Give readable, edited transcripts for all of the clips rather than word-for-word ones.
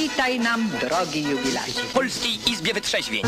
Witaj nam, drogi jubilacie. W Polskiej Izbie Wytrzeźwień.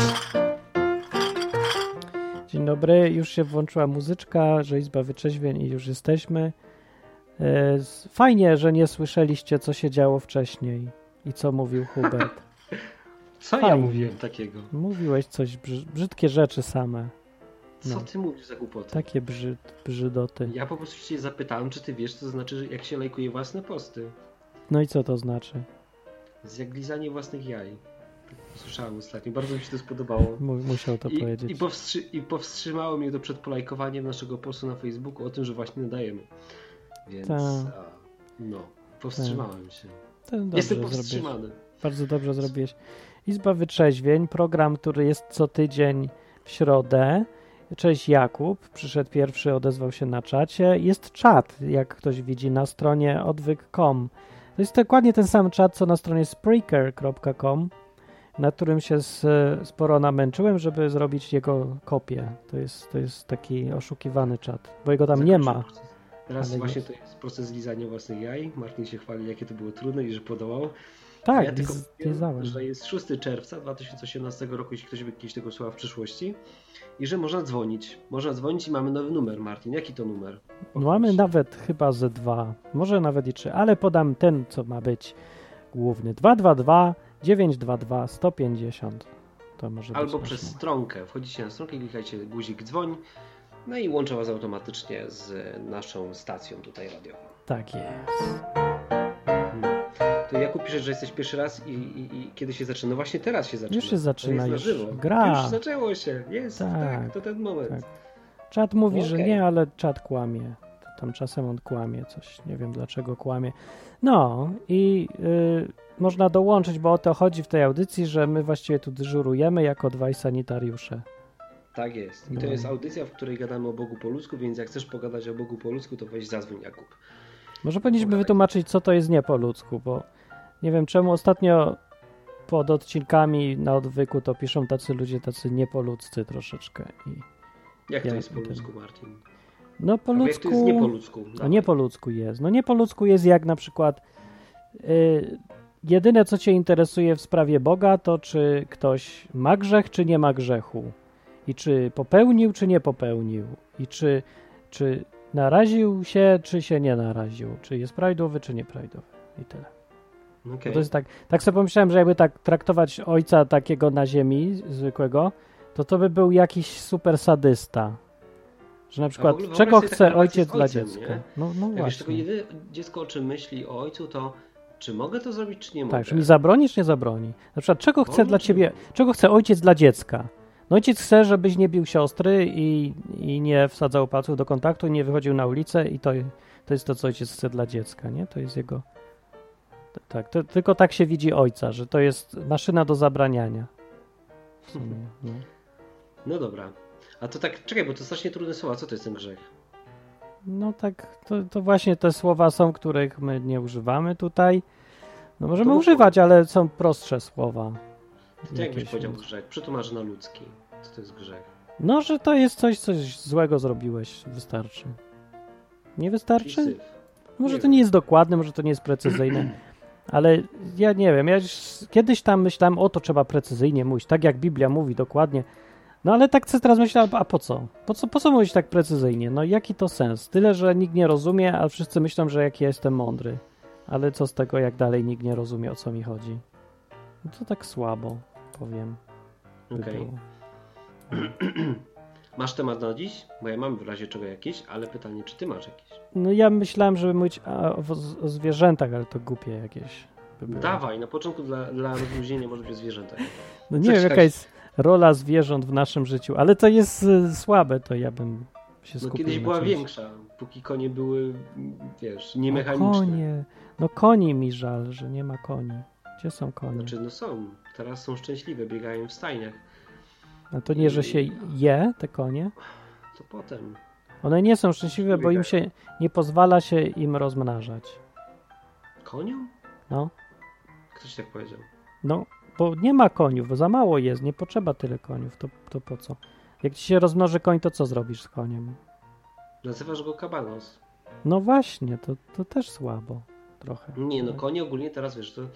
Dzień dobry, już się włączyła muzyczka, że Izba Wytrzeźwień i już jesteśmy. Fajnie, że nie słyszeliście, co się działo wcześniej i co mówił Hubert. Co Fajnie. ja mówiłem takiego? Mówiłeś coś, brzydkie rzeczy same. Co ty mówisz za głupoty? Takie brzydoty. Ja po prostu cię zapytałem, czy ty wiesz, co to znaczy, że jak się lajkuje własne posty. No i co to znaczy? Jak lizanie własnych jaj. Tak słyszałem ostatnio, bardzo mi się to spodobało. Musiał to powiedzieć. I powstrzymało mnie to przed polajkowaniem naszego postu na Facebooku o tym, że właśnie nadajemy. Więc powstrzymałem się. Jestem powstrzymany. Zrobiłeś. Bardzo dobrze zrobiłeś. Izba Wytrzeźwień, program, który jest co tydzień w środę. Cześć Jakub, przyszedł pierwszy, odezwał się na czacie. Jest czat, jak ktoś widzi, na stronie odwyk.com. To jest dokładnie ten sam czat, co na stronie spreaker.com, na którym się sporo namęczyłem, żeby zrobić jego kopię. To jest taki oszukiwany czat, bo jego tam nie ma. Teraz właśnie to jest proces lizania własnych jaj. Martin się chwali, jakie to było trudne i że podawał. Tak, ja tylko wiem, że jest 6 czerwca 2018 roku, jeśli ktoś by kiedyś tego słuchał w przyszłości, i że można dzwonić. Można dzwonić i mamy nowy numer, Martin. Jaki to numer? Mamy nawet chyba ze 2, może nawet i 3, ale podam ten, co ma być główny. 222 922 150. To może albo być przez stronkę. Wchodzicie na stronkę, klikajcie guzik dzwoń, no i łączę was automatycznie z naszą stacją tutaj radiową. Tak jest. To Jakub pisze, że jesteś pierwszy raz i kiedy się zaczyna? No właśnie teraz się zaczyna. Już się zaczyna, już gra. Już zaczęło się. Jest, tak, to ten moment. Tak. Czat mówi, że nie, ale czat kłamie. Tam czasem on kłamie coś. Nie wiem dlaczego kłamie. No i można dołączyć, bo o to chodzi w tej audycji, że my właściwie tu dyżurujemy jako dwaj sanitariusze. Tak jest. I to jest audycja, w której gadamy o Bogu po ludzku, więc jak chcesz pogadać o Bogu po ludzku, to weź zadzwoń, Jakub. Może powinniśmy wytłumaczyć, co to jest nie po ludzku, bo nie wiem czemu ostatnio pod odcinkami na odwyku to piszą tacy ludzie, tacy niepoludzcy troszeczkę. Jak to jest po ludzku, Martin? No po ludzku... Jak to jest nie po ludzku? No nie po ludzku jest. No nie po ludzku jest jak na przykład jedyne, co cię interesuje w sprawie Boga, to czy ktoś ma grzech, czy nie ma grzechu. I czy popełnił, czy nie popełnił. I czy naraził się, czy się nie naraził. Czy jest prawidłowy, czy nieprawidłowy. I tyle. Okay. To jest tak sobie pomyślałem, że jakby tak traktować ojca takiego na ziemi, zwykłego, to by był jakiś super sadysta. Że na przykład, czego chce ojciec dla dziecka? No właśnie. Wiesz, tylko jedyne dziecko, o czym myśli o ojcu, to czy mogę to zrobić, czy nie mogę. Tak, czy mi zabroni, czy nie zabroni. Na przykład, czego chce dla ciebie, czego chce ojciec dla dziecka? No ojciec chce, żebyś nie bił siostry i nie wsadzał palców do kontaktu, i nie wychodził na ulicę i to jest to, co ojciec chce dla dziecka, nie? To jest jego... Tak, tylko tak się widzi ojca, że to jest maszyna do zabraniania. W sumie, no. No dobra. A to tak, czekaj, bo to strasznie trudne słowa. Co to jest ten grzech? No tak, to właśnie te słowa są, których my nie używamy tutaj. No możemy używać, ale są prostsze słowa. To jak byś powiedział grzech? Przetłumacz na ludzki. Co to jest grzech? No, że to jest coś złego zrobiłeś. Wystarczy. Nie wystarczy? Może to nie jest dokładne, może to nie jest precyzyjne. Ale ja nie wiem, ja już kiedyś tam myślałem, to trzeba precyzyjnie mówić, tak jak Biblia mówi dokładnie. No ale tak teraz myślałem, a po co? Po co mówić tak precyzyjnie? No jaki to sens? Tyle, że nikt nie rozumie, a wszyscy myślą, że ja jestem mądry. Ale co z tego, jak dalej nikt nie rozumie, o co mi chodzi? No to tak słabo, powiem. Okej. Masz temat na dziś? Bo ja mam w razie czego jakiś, ale pytanie, czy ty masz jakiś? No ja myślałem, żeby mówić o zwierzętach, ale to głupie jakieś by było. Dawaj, na początku dla rozluźnienia może być o zwierzętach. No nie wiem, jaka jest rola zwierząt w naszym życiu, ale to jest słabe, to ja bym się skupił. No kiedyś była większa, póki konie były, wiesz, niemechaniczne. Koni mi żal, że nie ma koni. Gdzie są konie? Znaczy, są. Teraz są szczęśliwe, biegają w stajniach. A to nie, że się je te konie? To potem. One nie są szczęśliwe, bo im się nie pozwala się im rozmnażać. Koniom? No. Ktoś tak powiedział. No, bo nie ma koniów, bo za mało jest, nie potrzeba tyle koniów, to po co? Jak ci się rozmnoży koń, to co zrobisz z koniem? Nazywasz go kabanos. No właśnie, to też słabo trochę. Nie, no konie ogólnie teraz, wiesz, to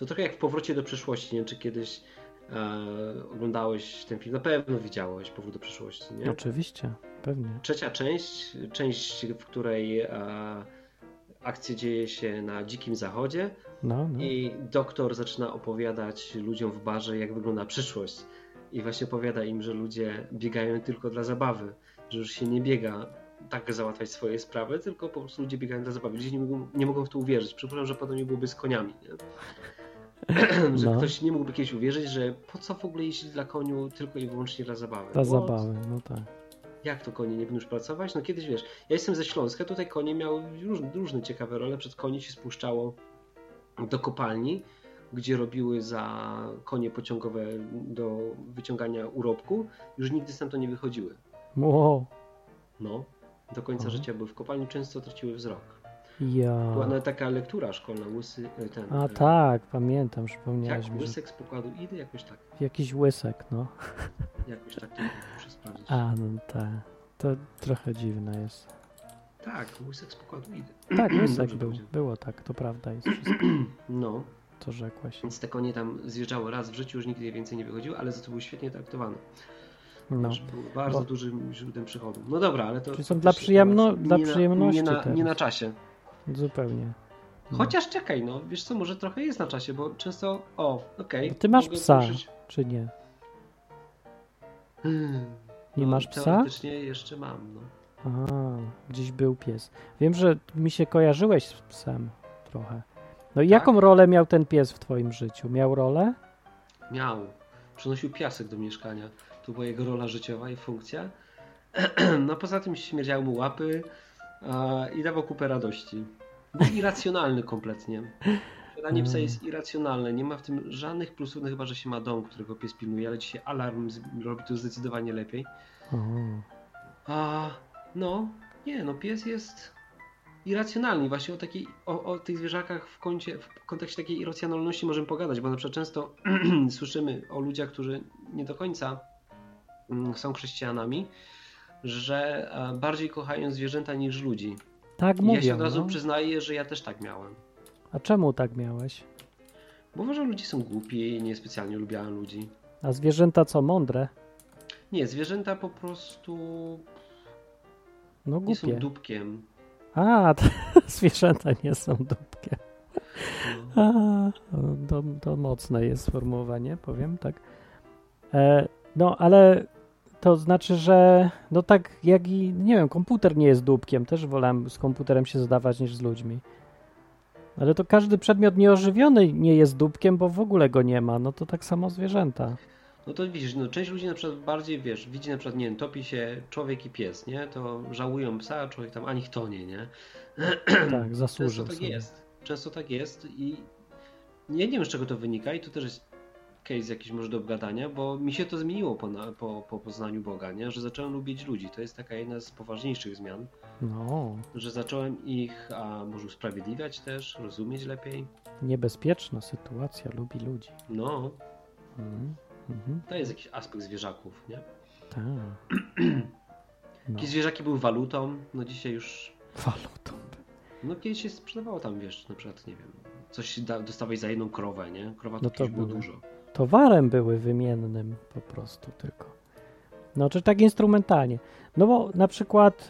To trochę jak w Powrocie do przyszłości, nie wiem, czy kiedyś oglądałeś ten film, na pewno widziałeś Powrót do przyszłości, nie? Oczywiście, pewnie. Trzecia część, w której akcja dzieje się na Dzikim Zachodzie No. i doktor zaczyna opowiadać ludziom w barze, jak wygląda przyszłość. I właśnie opowiada im, że ludzie biegają tylko dla zabawy, że już się nie biega tak załatwiać swoje sprawy, tylko po prostu ludzie biegają dla zabawy. Ludzie nie mogą w to uwierzyć. Przypuszczam, że podobnie byłoby z koniami. Nie? Że ktoś nie mógłby kiedyś uwierzyć, że po co w ogóle jeździć dla koniu tylko i wyłącznie dla zabawy. Dla zabawy, no tak. Jak to konie nie będą już pracować? No kiedyś wiesz, ja jestem ze Śląska, tutaj konie miały różne ciekawe role. Przed konie się spuszczało do kopalni, gdzie robiły za konie pociągowe do wyciągania urobku. Już nigdy stamtąd nie wychodziły. Wow. No, do końca życia były w kopalni, często traciły wzrok. Ja. Była nawet taka lektura szkolna, Tak, pamiętam, przypomniałeś mi. Łysek z pokładu Idy, jakoś tak. Jakiś łysek, no. Jakoś tak to muszę sprawdzić. No tak. To trochę dziwne jest. Tak, łysek z pokładu Idy. Tak, łysek Dobrze był. powiedziałem. Było tak, to prawda jest wszystko, No, co rzekłeś. więc te konie tam zjeżdżały raz w życiu, już nigdy więcej nie wychodziły, ale za to były świetnie traktowane. No. Był bardzo dużym źródłem przychodu. No dobra, ale to... Czyli są dla przyjemności nie na czasie. Zupełnie. No. Chociaż czekaj, no wiesz co, może trochę jest na czasie, bo często... No ty masz psa, poruszyć... czy nie? Nie masz psa? Teoretycznie jeszcze mam, no. Gdzieś był pies. Wiem, że mi się kojarzyłeś z psem trochę. No i Tak? jaką rolę miał ten pies w twoim życiu? Miał rolę? Miał. Przynosił piasek do mieszkania. To była jego rola życiowa i funkcja. No poza tym śmierdziały mu łapy i dawał kupę radości. Był irracjonalny kompletnie. Posiadanie psa jest irracjonalne. Nie ma w tym żadnych plusów, no chyba, że się ma dom, którego pies pilnuje, ale dzisiaj alarm robi to zdecydowanie lepiej. Pies jest irracjonalny. Właśnie o tych zwierzakach w kontekście takiej irracjonalności możemy pogadać, bo na przykład często słyszymy o ludziach, którzy nie do końca są chrześcijanami, że bardziej kochają zwierzęta niż ludzi. Tak mówią. Ja się od razu przyznaję, że ja też tak miałem. A czemu tak miałeś? Bo uważam, że ludzie są głupi i niespecjalnie lubiałem ludzi. A zwierzęta co, mądre? Nie, zwierzęta po prostu no głupie. nie są dupkiem. Zwierzęta nie są dupkiem. To mocne jest sformułowanie, powiem tak. Ale to znaczy, że no tak jak i, nie wiem, komputer nie jest dupkiem. Też wolałem z komputerem się zadawać niż z ludźmi. Ale to każdy przedmiot nieożywiony nie jest dupkiem, bo w ogóle go nie ma. No to tak samo zwierzęta. No to widzisz, część ludzi na przykład bardziej, widzi na przykład, nie wiem, topi się człowiek i pies, nie? To żałują psa, a człowiek tam ani tonie, nie? Tak, zasłużył Często tak sobie. jest. Często tak jest i ja nie wiem, z czego to wynika i to też jest case jakiś może do obgadania, bo mi się to zmieniło po poznaniu Boga, nie? Że zacząłem lubić ludzi. To jest taka jedna z poważniejszych zmian. No. Że zacząłem ich może usprawiedliwiać też, rozumieć lepiej. Niebezpieczna sytuacja, lubi ludzi. No. To jest jakiś aspekt zwierzaków, nie? Tak. Jakieś zwierzaki były walutą, no dzisiaj już... Walutą. No kiedyś się sprzedawało tam, na przykład, nie wiem, coś dostawałeś za jedną krowę, nie? Krowa to, no to było dużo. Towarem były wymiennym po prostu tylko. No, czy tak instrumentalnie. No bo na przykład...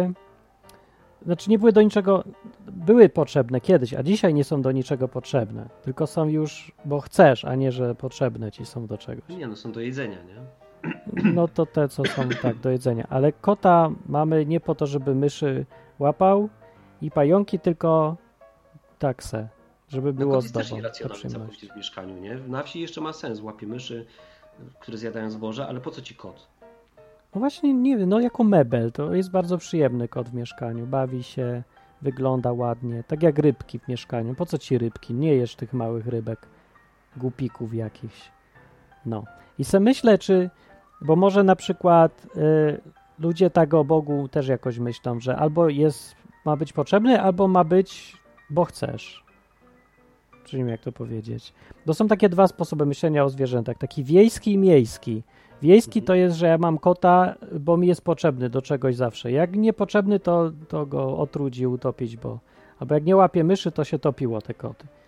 nie były do niczego... Były potrzebne kiedyś, a dzisiaj nie są do niczego potrzebne. Tylko są już, bo chcesz, a nie, że potrzebne ci są do czegoś. Nie, no są do jedzenia, nie? No to te, co są tak do jedzenia. Ale kota mamy nie po to, żeby myszy łapał i pająki, tylko taksę, żeby było zdrowo. Kot jest też irracjonalny całkowicie w mieszkaniu, nie? Na wsi jeszcze ma sens, łapie myszy, które zjadają zboże, ale po co ci kot? No właśnie, nie wiem, jako mebel to jest bardzo przyjemny kot w mieszkaniu. Bawi się, wygląda ładnie, tak jak rybki w mieszkaniu. Po co ci rybki? Nie jesz tych małych rybek, głupików jakichś. No. I se myślę, bo może na przykład ludzie tak o Bogu też jakoś myślą, że albo ma być potrzebny, albo ma być, bo chcesz. Czy nie wiem, jak to powiedzieć. To są takie dwa sposoby myślenia o zwierzętach. Taki wiejski i miejski. Wiejski to jest, że ja mam kota, bo mi jest potrzebny do czegoś zawsze. Jak niepotrzebny, to go otruć i utopić, albo jak nie łapie myszy, to się topiło te koty.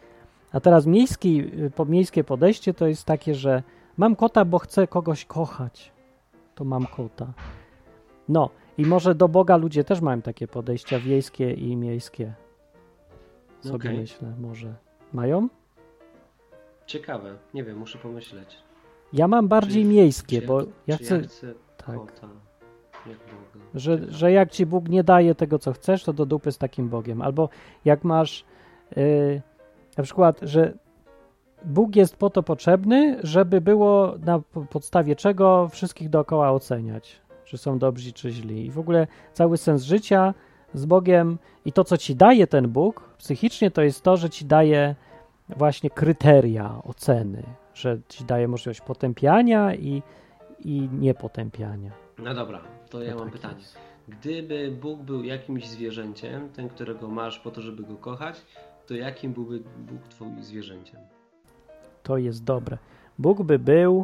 A teraz miejskie podejście to jest takie, że mam kota, bo chcę kogoś kochać. To mam kota. No i może do Boga ludzie też mają takie podejścia wiejskie i miejskie. Sobie myślę, może. Mają? Ciekawe. Nie wiem, muszę pomyśleć. Ja mam bardziej miejskie, bo ja chcę tak. Kota, jak Boga. Że jak ci Bóg nie daje tego, co chcesz, to do dupy z takim Bogiem. Albo jak masz na przykład, że Bóg jest po to potrzebny, żeby było na podstawie czego wszystkich dookoła oceniać, czy są dobrzy, czy źli. I w ogóle cały sens życia z Bogiem i to, co ci daje ten Bóg psychicznie, to jest to, że ci daje właśnie kryteria oceny, że ci daje możliwość potępiania i niepotępiania. No dobra, to ja mam pytanie. Gdyby Bóg był jakimś zwierzęciem, ten, którego masz po to, żeby go kochać, to jakim byłby Bóg twoim zwierzęciem? To jest dobre. Bóg by był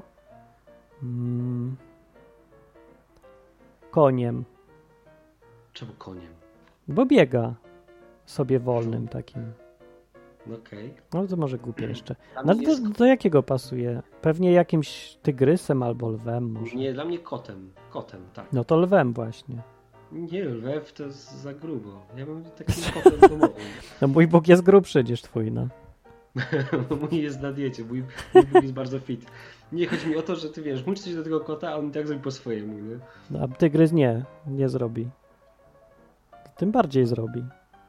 koniem. Czemu koniem? Bo biega sobie wolnym takim. Okej. No to może głupie jeszcze. No do jakiego pasuje? Pewnie jakimś tygrysem albo lwem może. Nie, dla mnie kotem. Kotem, tak. No to lwem właśnie. Nie, lw to jest za grubo. Ja mam takim kotem domowym. No mój Bóg jest grubszy niż twój, no. Mój jest na diecie, mój Bóg jest bardzo fit. Nie, chodzi mi o to, że ty wiesz, musisz coś do tego kota, a on i tak zrobi po swojemu, nie? No, a tygrys nie zrobi. Tym bardziej zrobi.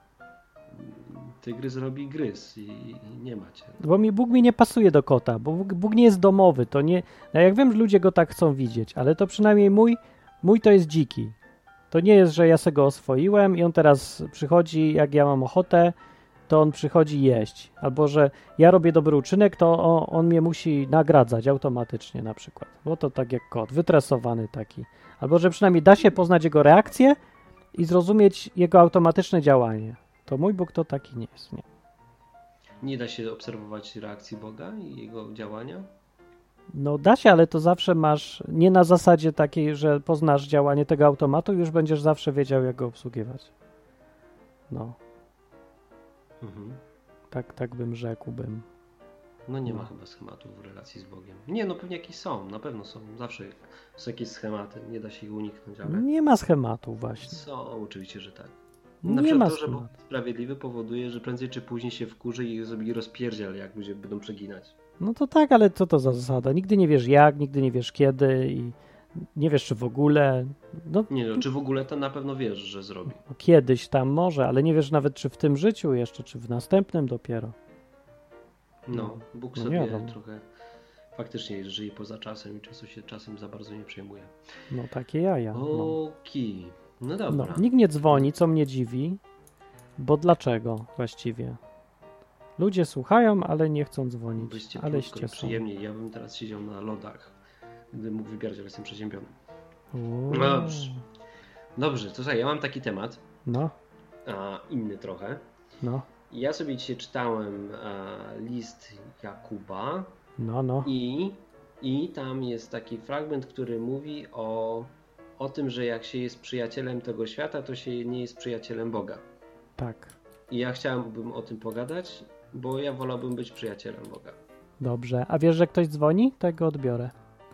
Tygrys robi gryz i nie macie. Bo Bóg mi nie pasuje do kota, bo Bóg nie jest domowy, to nie... No jak wiem, że ludzie go tak chcą widzieć, ale to przynajmniej mój to jest dziki. To nie jest, że ja se go oswoiłem i on teraz przychodzi, jak ja mam ochotę, to on przychodzi jeść. Albo, że ja robię dobry uczynek, to on mnie musi nagradzać automatycznie na przykład. Bo to tak jak kot, wytresowany taki. Albo, że przynajmniej da się poznać jego reakcję i zrozumieć jego automatyczne działanie. To mój Bóg to taki nie jest, nie. Nie da się obserwować reakcji Boga i jego działania? No da się, ale to zawsze masz, nie na zasadzie takiej, że poznasz działanie tego automatu i już będziesz zawsze wiedział, jak go obsługiwać. No. Mhm. Tak bym rzekłbym. No nie ma chyba schematów w relacji z Bogiem. Nie, no pewnie jakieś są, na pewno są. Zawsze są jakieś schematy, nie da się ich uniknąć, ale... Nie ma schematów właśnie. Są, oczywiście, że tak. Nie Na przykład ma to, że Bóg schematu. sprawiedliwy powoduje, że prędzej czy później się wkurzy i zrobi rozpierdziel, jak ludzie będą przeginać. No to tak, ale co to za zasada? Nigdy nie wiesz jak, nigdy nie wiesz kiedy i nie wiesz czy w ogóle. No, Nie no, czy w ogóle to na pewno wiesz, że zrobi. kiedyś tam może, ale nie wiesz nawet czy w tym życiu jeszcze, czy w następnym dopiero. No, Bóg no sobie wiadomo. trochę faktycznie żyje poza czasem i często się czasem za bardzo nie przejmuje. No takie jaja. No. Okej. No No, dobra. nikt nie dzwoni, co mnie dziwi, bo dlaczego właściwie? Ludzie słuchają, ale nie chcą dzwonić. Byście Ale krótko i ście są. przyjemniej. Ja bym teraz siedział na lodach, gdybym mógł wybierać, ale jestem przeziębiony. O. No dobrze. Dobrze, to słuchaj, ja mam taki temat, No, inny trochę. no, Ja sobie dzisiaj czytałem list Jakuba no. i tam jest taki fragment, który mówi o tym, że jak się jest przyjacielem tego świata, to się nie jest przyjacielem Boga. Tak. I ja chciałbym o tym pogadać, bo ja wolałbym być przyjacielem Boga. Dobrze. A wiesz, że ktoś dzwoni? To go odbiorę.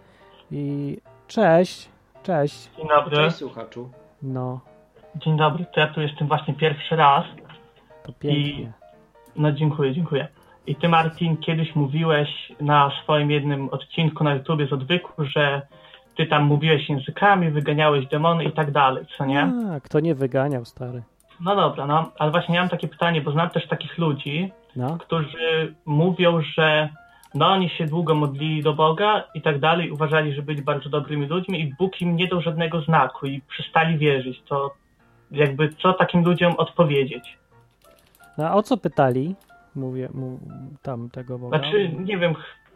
I cześć. Dzień dobry. Cześć słuchaczu. No, Dzień dobry, to ja tu jestem właśnie pierwszy raz. to pięknie. No dziękuję. I ty, Martin, kiedyś mówiłeś na swoim jednym odcinku na YouTubie z odwyku, że ty tam mówiłeś językami, wyganiałeś demony i tak dalej, co nie? A, kto nie wyganiał, stary? No dobra, no, ale właśnie ja mam takie pytanie, bo znam też takich ludzi, No, którzy mówią, że no oni się długo modlili do Boga i tak dalej, uważali, że byli bardzo dobrymi ludźmi i Bóg im nie dał żadnego znaku i przestali wierzyć. To jakby co takim ludziom odpowiedzieć? a o co pytali? Mówię tam tego Boga. Znaczy, nie wiem,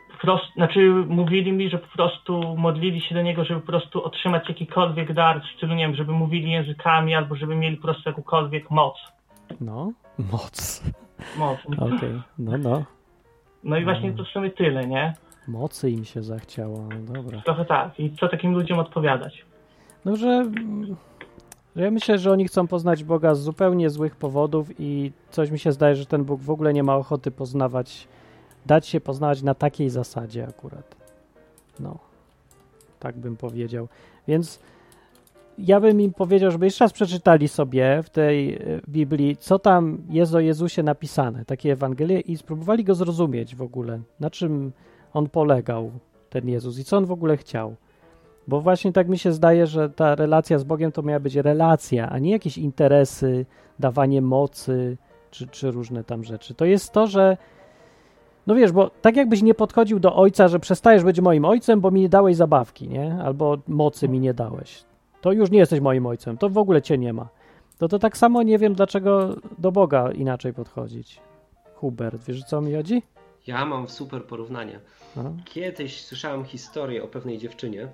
mówili mi, że po prostu modlili się do Niego, żeby po prostu otrzymać jakikolwiek dar, w stylu, nie wiem, żeby mówili językami albo żeby mieli po prostu jakąkolwiek moc. No, moc. Moc. Okej, no. No i właśnie to w sumie tyle, nie? Mocy im się zachciało, no dobra. Trochę tak. I co takim ludziom odpowiadać? No, że ja myślę, że oni chcą poznać Boga z zupełnie złych powodów i coś mi się zdaje, że ten Bóg w ogóle nie ma ochoty poznawać dać się poznawać na takiej zasadzie akurat. No, tak bym powiedział. Więc ja bym im powiedział, żeby jeszcze raz przeczytali sobie w tej Biblii, co tam jest o Jezusie napisane, takie Ewangelie, i spróbowali go zrozumieć w ogóle, na czym on polegał, ten Jezus, i co on w ogóle chciał. Bo właśnie tak mi się zdaje, że ta relacja z Bogiem to miała być relacja, a nie jakieś interesy, dawanie mocy, czy różne tam rzeczy. To jest to, że no wiesz, bo tak jakbyś nie podchodził do ojca, że przestajesz być moim ojcem, bo mi nie dałeś zabawki, nie? Albo mocy mi nie dałeś. To już nie jesteś moim ojcem, to w ogóle cię nie ma. To tak samo nie wiem, dlaczego do Boga inaczej podchodzić. Hubert, wiesz, o co mi chodzi? Ja mam super porównanie. No. Kiedyś słyszałem historię o pewnej dziewczynie,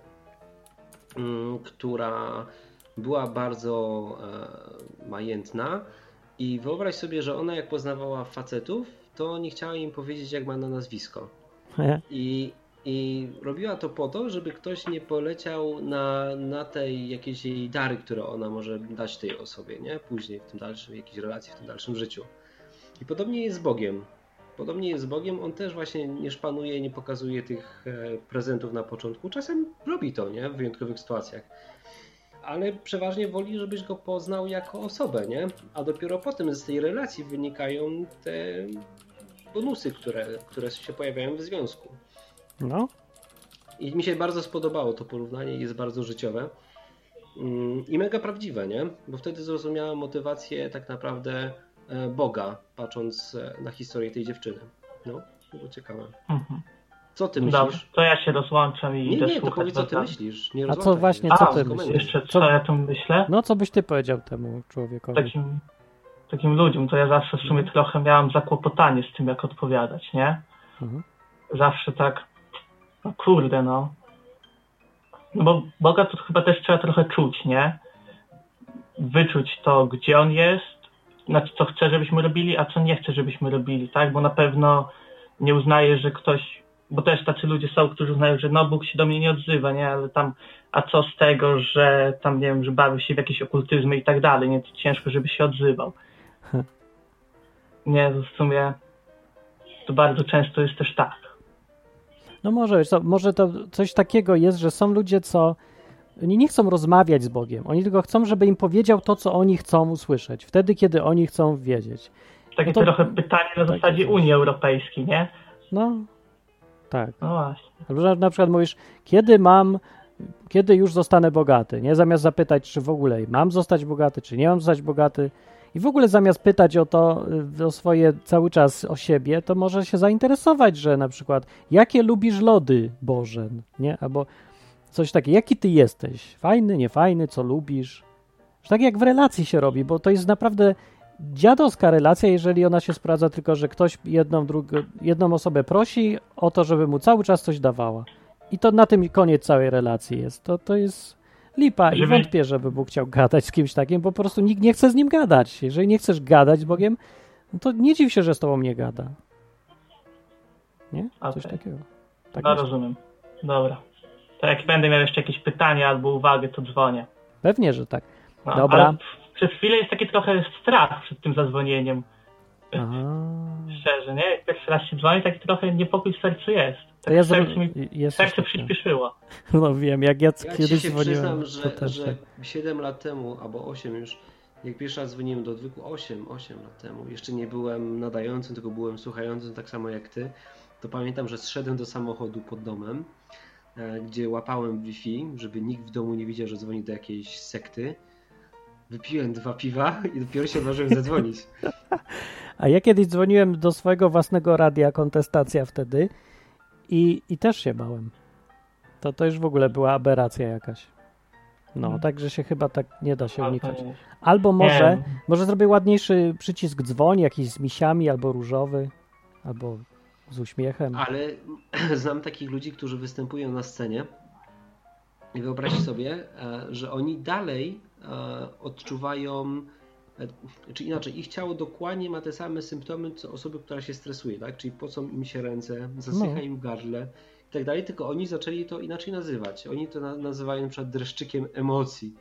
która była bardzo majętna i wyobraź sobie, że ona jak poznawała facetów, to nie chciała im powiedzieć, jak ma na nazwisko. I robiła to po to, żeby ktoś nie poleciał na tej jakiejś jej dary, które ona może dać tej osobie, nie? Później w tym dalszym, jakiejś relacji, w tym dalszym życiu. I podobnie jest z Bogiem. Podobnie jest z Bogiem, on też właśnie nie szpanuje, nie pokazuje tych prezentów na początku. Czasem robi to, nie? W wyjątkowych sytuacjach. Ale przeważnie woli, żebyś go poznał jako osobę, nie? A dopiero potem z tej relacji wynikają te bonusy, które się pojawiają w związku. No. I mi się bardzo spodobało to porównanie, jest bardzo życiowe i mega prawdziwe, nie? Bo wtedy zrozumiałem motywację tak naprawdę Boga, patrząc na historię tej dziewczyny. No, to było ciekawe. Co ty myślisz? Dobrze, to ja się rozłączam i idę Nie, to słuchać. powiedz, co ty myślisz. Nie A co właśnie, co ty myślisz? Jeszcze co ja tu myślę? No, co byś ty powiedział temu człowiekowi? Takim ludziom, to ja zawsze w sumie trochę miałem zakłopotanie z tym, jak odpowiadać, nie? Zawsze tak, no kurde, no. No bo Boga to chyba też trzeba trochę czuć, nie? Wyczuć to, gdzie On jest, znaczy co chce, żebyśmy robili, a co nie chce, żebyśmy robili, tak? Bo na pewno nie uznaje, że ktoś, bo też tacy ludzie są, którzy uznają, że no Bóg się do mnie nie odzywa, nie? Ale tam, a co z tego, że tam, nie wiem, że bawi się w jakieś okultyzmy i tak dalej, nie? To ciężko, żeby się odzywał. Nie, to w sumie to bardzo często jest też tak. No może to coś takiego jest, że są ludzie, co oni nie chcą rozmawiać z Bogiem. Oni tylko chcą, żeby im powiedział to, co oni chcą usłyszeć. Wtedy, kiedy oni chcą wiedzieć. Takie no to, trochę pytanie na zasadzie Unii Europejskiej, nie? No, tak. No właśnie. Albo na przykład mówisz, kiedy już zostanę bogaty, nie? Zamiast zapytać, czy w ogóle mam zostać bogaty, czy nie mam zostać bogaty. I w ogóle zamiast pytać o swoje cały czas o siebie, to może się zainteresować, że na przykład, jakie lubisz lody, Boże, nie? Albo coś takiego, jaki ty jesteś? Fajny, niefajny, co lubisz? Tak jak w relacji się robi, bo to jest naprawdę dziadowska relacja, jeżeli ona się sprawdza tylko, że ktoś jedną osobę prosi o to, żeby mu cały czas coś dawała. I to na tym koniec całej relacji jest. To jest lipa i wątpię, żeby Bóg chciał gadać z kimś takim, po prostu nikt nie chce z nim gadać. Jeżeli nie chcesz gadać z Bogiem, no to nie dziw się, że z tobą nie gada. Nie? Coś takiego. Tak no rozumiem. Dobra. To jak będę miał jeszcze jakieś pytanie albo uwagę, to dzwonię. Pewnie, że tak. No, dobra. Ale przez chwilę jest taki trochę strach przed tym zadzwonieniem. Szczerze, nie? Jak pierwszy raz się dzwoni, taki trochę niepokój w sercu jest. Tak serce przyspieszyło. No wiem, jak ja kiedyś się dzwoniłem. Przyznam, że 7 lat temu, albo 8 już, jak pierwszy raz dzwoniłem do odwyku, 8 lat temu, jeszcze nie byłem nadającym, tylko byłem słuchającym, tak samo jak ty, to pamiętam, że zszedłem do samochodu pod domem, gdzie łapałem Wi-Fi, żeby nikt w domu nie widział, że dzwoni do jakiejś sekty. Wypiłem 2 piwa i dopiero się odważyłem zadzwonić. A ja kiedyś dzwoniłem do swojego własnego radia, Kontestacja wtedy i też się bałem. To już w ogóle była aberracja jakaś. No, także się chyba tak nie da się unikać. Albo może zrobię ładniejszy przycisk dzwoń, jakiś z misiami, albo różowy, albo z uśmiechem. Ale znam takich ludzi, którzy występują na scenie i wyobraźcie sobie, że oni dalej odczuwają, czy inaczej, ich ciało dokładnie ma te same symptomy, co osoby, która się stresuje, tak? Czyli pocą im się ręce, zasycha im w gardle, i tak dalej, tylko oni zaczęli to inaczej nazywać. Oni to nazywają na przykład dreszczykiem emocji,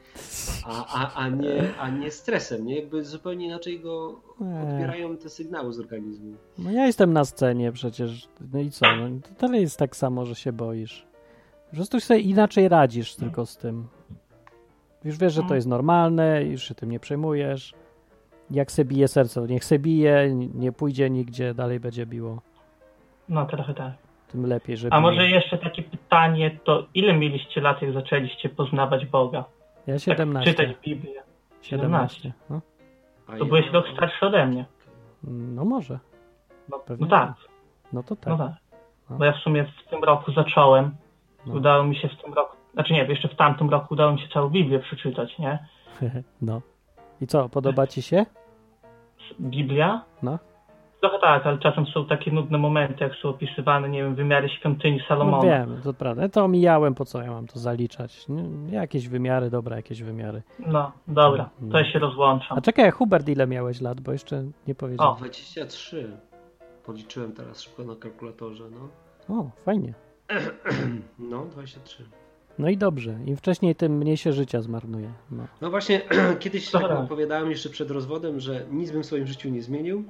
a nie stresem, nie? Jakby zupełnie inaczej go odbierają te sygnały z organizmu. No ja jestem na scenie przecież, no i co? No, to dalej jest tak samo, że się boisz. Po prostu sobie inaczej radzisz tylko z tym. Już wiesz, że to jest normalne, już się tym nie przejmujesz. Jak se bije serce, to niech se bije, nie pójdzie nigdzie, dalej będzie biło. No trochę tak. Tym lepiej, że A bije. może jeszcze takie pytanie, to ile mieliście lat, jak zaczęliście poznawać Boga? Ja 17. Tak, czytać Biblię. 17. No, To byłeś rok starszy ode mnie. no może. No Pewnie tak. No to tak. No tak. No. Bo ja w sumie w tym roku zacząłem. No. Udało mi się w tym roku, znaczy nie, jeszcze w tamtym roku udało mi się całą Biblię przeczytać, nie? No. I co, podoba ci się? Biblia? No. Trochę tak, ale czasem są takie nudne momenty, jak są opisywane, nie wiem, wymiary świątyni Salomona. No wiem, to prawda. Ja to omijałem, po co ja mam to zaliczać? Jakieś wymiary, dobra, jakieś wymiary. No, dobra, to ja się rozłączam. A czekaj, Hubert, ile miałeś lat? Bo jeszcze nie powiedziałem. 23. Policzyłem teraz szybko na kalkulatorze, no. O, fajnie. No, 23. No i dobrze. Im wcześniej, tym mniej się życia zmarnuje. No. No właśnie, kiedyś tak Dobra. opowiadałem jeszcze przed rozwodem, że nic bym w swoim życiu nie zmienił.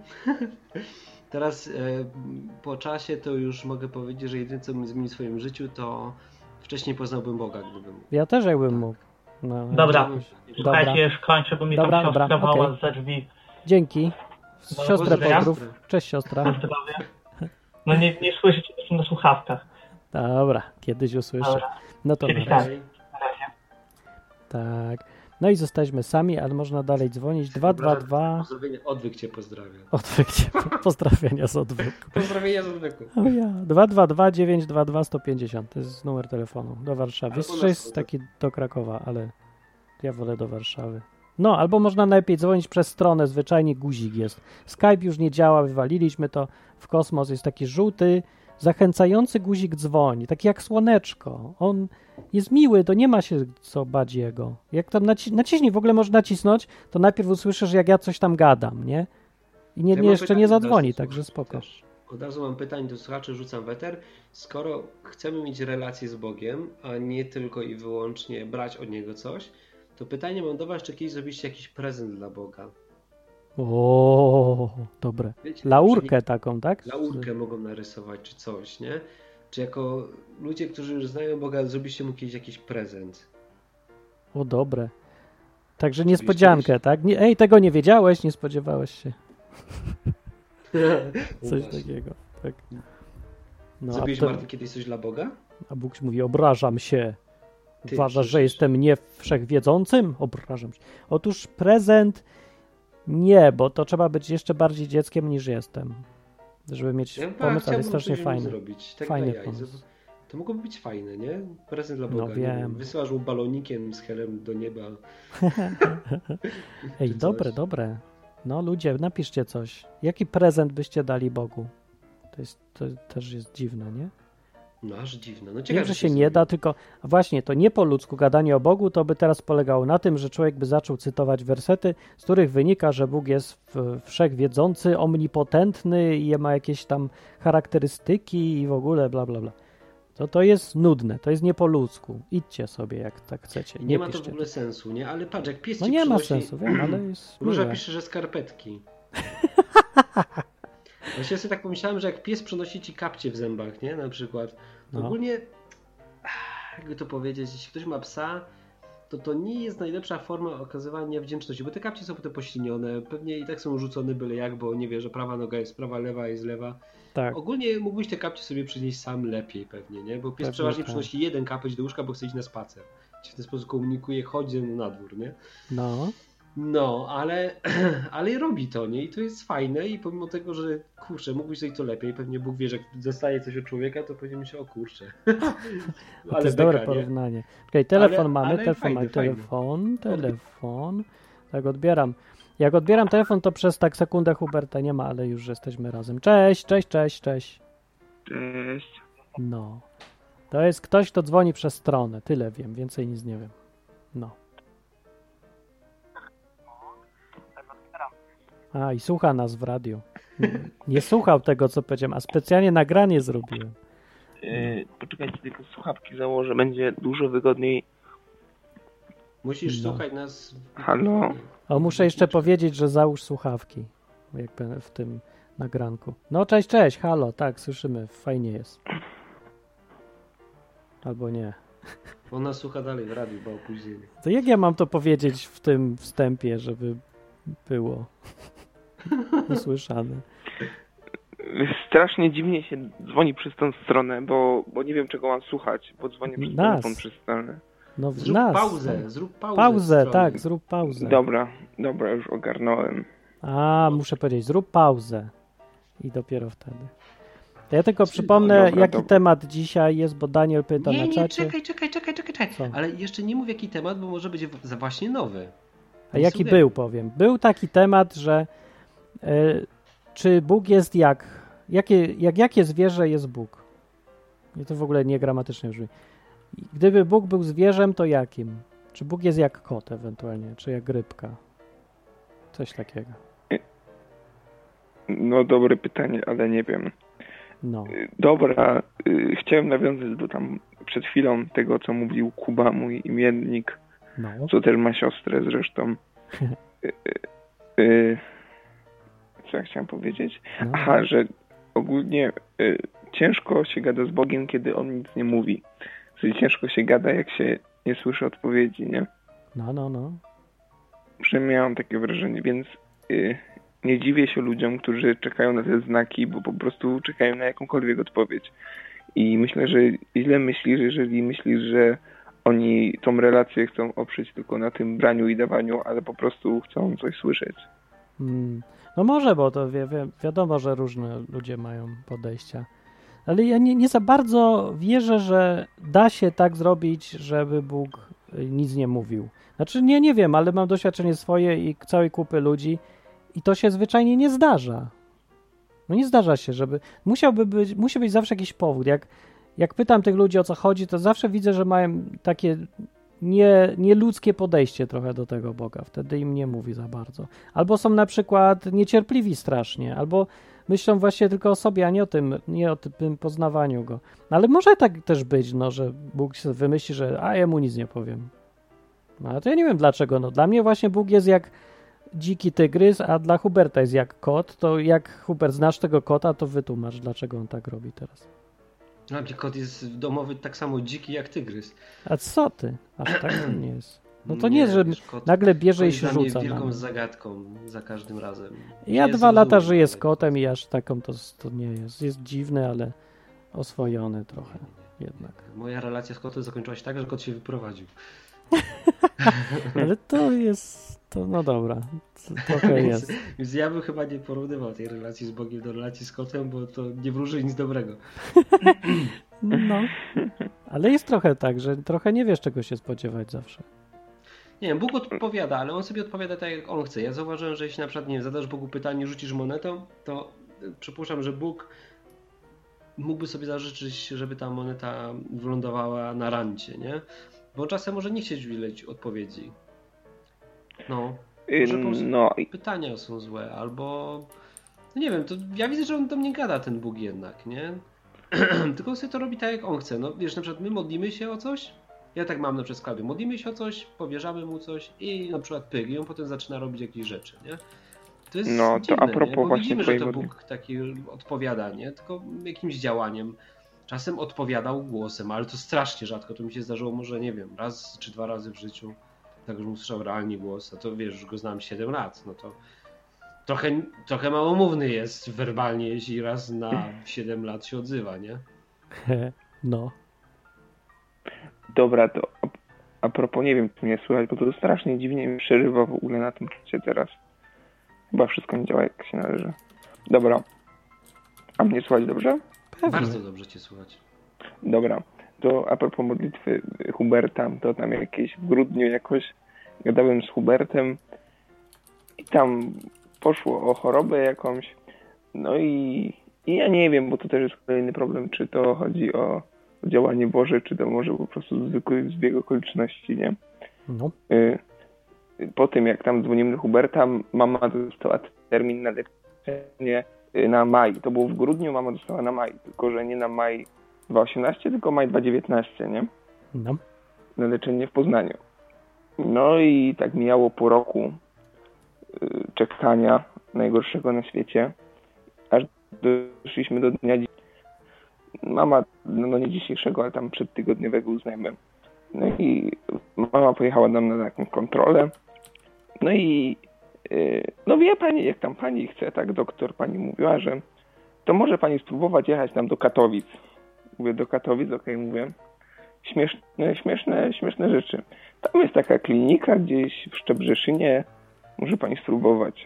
Teraz po czasie to już mogę powiedzieć, że jedyne co bym zmienił w swoim życiu, to wcześniej poznałbym Boga, gdybym mógł. Ja też jakbym mógł. No, Dobra. Słuchajcie, Dobra. już kończę, bo mi Dobra, tam siostra dobra, woła okej. za drzwi. Dzięki. Siostrę pozdrowienia. pozdrów. Cześć, siostra. Zdrowie. No nie słyszycie, jestem na słuchawkach. Dobra, kiedyś usłyszę. Dobra. No to na Kiedyś razie. Na razie. Tak. No i zostaliśmy sami, ale można dalej dzwonić. 222. Pozdrowienia, odwyk cię pozdrawia. Odwyk. Pozdrawienia z odwyku. Pozdrowienia z odwyku. O ja. 222 922 150. To jest numer telefonu do Warszawy. Albo Jeszcze na jest wschód. taki do Krakowa, ale ja wolę do Warszawy. No, albo można najlepiej dzwonić przez stronę, zwyczajnie guzik jest. Skype już nie działa, wywaliliśmy to w kosmos. Jest taki żółty, zachęcający guzik dzwoni, taki jak słoneczko. On jest miły, to nie ma się co bać jego. Jak tam naciśnij, w ogóle możesz nacisnąć, to najpierw usłyszysz, jak ja coś tam gadam, nie? I Ja mam jeszcze pytanie nie do zadzwoni, nas, także spoko. też. Od razu mam pytanie do słuchaczy, rzucam weter. Skoro chcemy mieć relację z Bogiem, a nie tylko i wyłącznie brać od Niego coś, to pytanie mam do Was, czy kiedyś zrobiliście jakiś prezent dla Boga? O, dobre. Wiecie, Laurkę taką, tak? Laurkę mogą narysować, czy coś, nie? Czy jako ludzie, którzy już znają Boga, zrobiliście mu kiedyś jakiś prezent? O, dobre. Także niespodziankę, tak? Nie, ej, tego nie wiedziałeś, nie spodziewałeś się. Coś Właśnie. takiego. Tak. No, Zrobiłeś, a, Martin, kiedyś coś dla Boga? a Bóg mówi, obrażam się. Ty, Uważasz, że przecież- jestem nie wszechwiedzącym? Obrażam się. Otóż prezent nie, bo to trzeba być jeszcze bardziej dzieckiem niż jestem. Żeby mieć Ja pomysł, ale jest chciałbym strasznie coś fajny. zrobić. Tak Fajny dla jaj. pomysł. To mogłoby być fajne, nie? Prezent dla No Boga. nie wiem. Wysyłasz mu balonikiem z helem do nieba. Ej, czy coś. dobre, dobre. No ludzie, napiszcie coś. Jaki prezent byście dali Bogu? To też jest dziwne, nie? No aż dziwne. No Wiem, ciekawe, że czy się nie zrobi. da, tylko a właśnie to nie po ludzku gadanie o Bogu, to by teraz polegało na tym, że człowiek by zaczął cytować wersety, z których wynika, że Bóg jest wszechwiedzący, omnipotentny i ma jakieś tam charakterystyki i w ogóle bla bla bla. To jest nudne, to jest nie po ludzku. Idźcie sobie jak tak chcecie. Nie ma to w piszcie. ogóle sensu, nie? Ale patrz, jak pies No ci nie ma przynosi... sensu, wiem, ale jest Róża miłe. pisze, że skarpetki. Właśnie sobie tak pomyślałem, że jak pies przynosi ci kapcie w zębach, nie? Na przykład. To No. ogólnie, jakby to powiedzieć, jeśli ktoś ma psa, to nie jest najlepsza forma okazywania wdzięczności, bo te kapcie są potem poślinione, pewnie i tak są rzucone byle jak, bo nie wie, że prawa noga jest prawa, lewa jest lewa. Tak. Ogólnie mógłbyś te kapcie sobie przynieść sam lepiej pewnie, nie? Bo pies Pewnie przeważnie tak. przynosi jeden kapeć do łóżka, bo chce iść na spacer. Ci w ten sposób komunikuje, chodź ze mną na dwór, nie? No. No, ale robi to, nie? I to jest fajne i pomimo tego, że kurczę, mógłbyś zrobić to lepiej, pewnie Bóg wie, że jak dostaje coś od człowieka, to pewnie myśli, o kurczę. To jest dobre beka, nie? porównanie. Okej, telefon Ale- mamy, ale telefon fajny, mamy, fajny. telefon. Tak, odbieram. Jak odbieram telefon, to przez tak sekundę Huberta nie ma, ale już jesteśmy razem. Cześć. Cześć. No. To jest ktoś, kto dzwoni przez stronę. Tyle wiem, więcej nic nie wiem. No. A, i słucha nas w radiu. Nie słuchał tego, co powiedziałem, a specjalnie nagranie zrobiłem. Poczekajcie, tylko słuchawki założę, będzie dużo wygodniej. Musisz słuchać nas. Halo? O, muszę jeszcze powiedzieć, że załóż słuchawki, jakby w tym nagranku. No cześć, halo, tak, słyszymy, fajnie jest. Albo nie. Ona słucha dalej w radiu, bo opóźnienie. To jak ja mam to powiedzieć w tym wstępie, żeby było usłyszane? Strasznie dziwnie się dzwoni przez tą stronę, bo nie wiem, czego mam słuchać, bo dzwonię przez telefon przez stronę. No Zrób pauzę. Pauzę, tak, zrób pauzę. Dobra, już ogarnąłem. Muszę powiedzieć, zrób pauzę. I dopiero wtedy. To ja tylko przypomnę, jaki temat dzisiaj jest, bo Daniel pyta na czacie. Czekaj. Co? Ale jeszcze nie mów jaki temat, bo może będzie właśnie nowy. A jaki był, powiem. Był taki temat, że czy Bóg jest jakie zwierzę jest Bóg? I to w ogóle niegramatycznie brzmi. Gdyby Bóg był zwierzem, to jakim? Czy Bóg jest jak kot ewentualnie, czy jak rybka? Coś takiego. No dobre pytanie, ale nie wiem. No. Dobra, chciałem nawiązać do tam przed chwilą tego, co mówił Kuba, mój imiennik, co też ma siostrę zresztą. Co ja chciałem powiedzieć? Aha, że ogólnie ciężko się gada z Bogiem, kiedy On nic nie mówi. Czyli ciężko się gada, jak się nie słyszy odpowiedzi, nie? No. Przynajmniej miałem takie wrażenie, więc nie dziwię się ludziom, którzy czekają na te znaki, bo po prostu czekają na jakąkolwiek odpowiedź. I myślę, że źle myślisz, jeżeli myślisz, że oni tą relację chcą oprzeć tylko na tym braniu i dawaniu, ale po prostu chcą coś słyszeć. No może, bo to wiadomo, że różne ludzie mają podejścia. Ale ja nie za bardzo wierzę, że da się tak zrobić, żeby Bóg nic nie mówił. Znaczy nie wiem, ale mam doświadczenie swoje i całej kupy ludzi i to się zwyczajnie nie zdarza. No nie zdarza się, żeby... Musi być zawsze jakiś powód. Jak pytam tych ludzi, o co chodzi, to zawsze widzę, że mają takie nieludzkie podejście trochę do tego Boga. Wtedy im nie mówi za bardzo. Albo są na przykład niecierpliwi strasznie, albo myślą właśnie tylko o sobie, a nie o tym poznawaniu Go. No ale może tak też być, że Bóg wymyśli, że ja mu nic nie powiem. No ale to ja nie wiem dlaczego. Dla mnie właśnie Bóg jest jak dziki tygrys, a dla Huberta jest jak kot. To jak Hubert znasz tego kota, to wytłumacz, dlaczego on tak robi teraz. Dla mnie kot jest domowy tak samo dziki jak tygrys. A co ty? Aż tak to nie jest. No to nie jest, że nagle bierze i się rzuca. Jest wielką zagadką za każdym razem. Ja 2 lata żyję z kotem i aż taką to nie jest. Jest dziwny, ale oswojony trochę jednak. Moja relacja z kotem zakończyła się tak, że kot się wyprowadził. Ale to jest... no dobra. Trochę jest. Więc ja bym chyba nie porównywał tej relacji z Bogiem do relacji z kotem, bo to nie wróży nic dobrego. No. Ale jest trochę tak, że trochę nie wiesz, czego się spodziewać zawsze. Nie wiem, Bóg odpowiada, ale on sobie odpowiada tak, jak on chce. Ja zauważyłem, że jeśli na przykład, nie wiem, zadasz Bogu pytanie, rzucisz monetą, to przypuszczam, że Bóg mógłby sobie zażyczyć, żeby ta moneta wylądowała na rancie, nie? Bo czasem może nie chcieć udzielić odpowiedzi. No. Może po prostu pytania są złe, albo... No nie wiem, to ja widzę, że on do mnie gada, ten Bóg jednak, nie? Tylko on sobie to robi tak, jak on chce. No wiesz, na przykład my modlimy się o coś, ja tak mam na przykład w sklepie, modlimy się o coś, powierzamy mu coś i na przykład pyk, i on potem zaczyna robić jakieś rzeczy, nie? To jest dziwne, to a propos nie? Bo właśnie widzimy, że to Bóg taki odpowiada, nie? Tylko jakimś działaniem. Czasem odpowiadał głosem, ale to strasznie rzadko. To mi się zdarzyło może, nie wiem, raz czy 2 razy w życiu. Tak, że usłyszał realnie głos. A to wiesz, już go znam 7 lat. No to trochę małomówny jest werbalnie, jeśli raz na 7 lat się odzywa, nie? No. Dobra, to a propos, nie wiem, czy mnie słychać, bo to strasznie dziwnie mi przerywa w ogóle na tym czacie teraz. Chyba wszystko nie działa, jak się należy. Dobra. A mnie słychać dobrze? Pewnie. Bardzo dobrze cię słychać. Dobra. To a propos modlitwy Huberta, to tam jakieś w grudniu jakoś gadałem z Hubertem i tam poszło o chorobę jakąś. No i ja nie wiem, bo to też jest kolejny problem, czy to chodzi o działanie Boże, czy to może po prostu zwykły zbieg okoliczności, nie? No. Po tym, jak tam dzwonimy do Huberta, mama dostała termin na leczenie na maj. To było w grudniu, mama dostała na maj, tylko że nie na maj 2018, tylko maj 2019, nie? No. Na leczenie w Poznaniu. No i tak mijało pół roku czekania najgorszego na świecie, aż doszliśmy do dnia mama, no nie dzisiejszego, ale tam przedtygodniowego uznajmy. No i mama pojechała nam na taką kontrolę. No i no wie pani, jak tam pani chce, tak doktor pani mówiła, że to może pani spróbować jechać tam do Katowic. Mówię, do Katowic, okej, mówię. Śmieszne rzeczy. Tam jest taka klinika gdzieś w Szczebrzeszynie, może pani spróbować.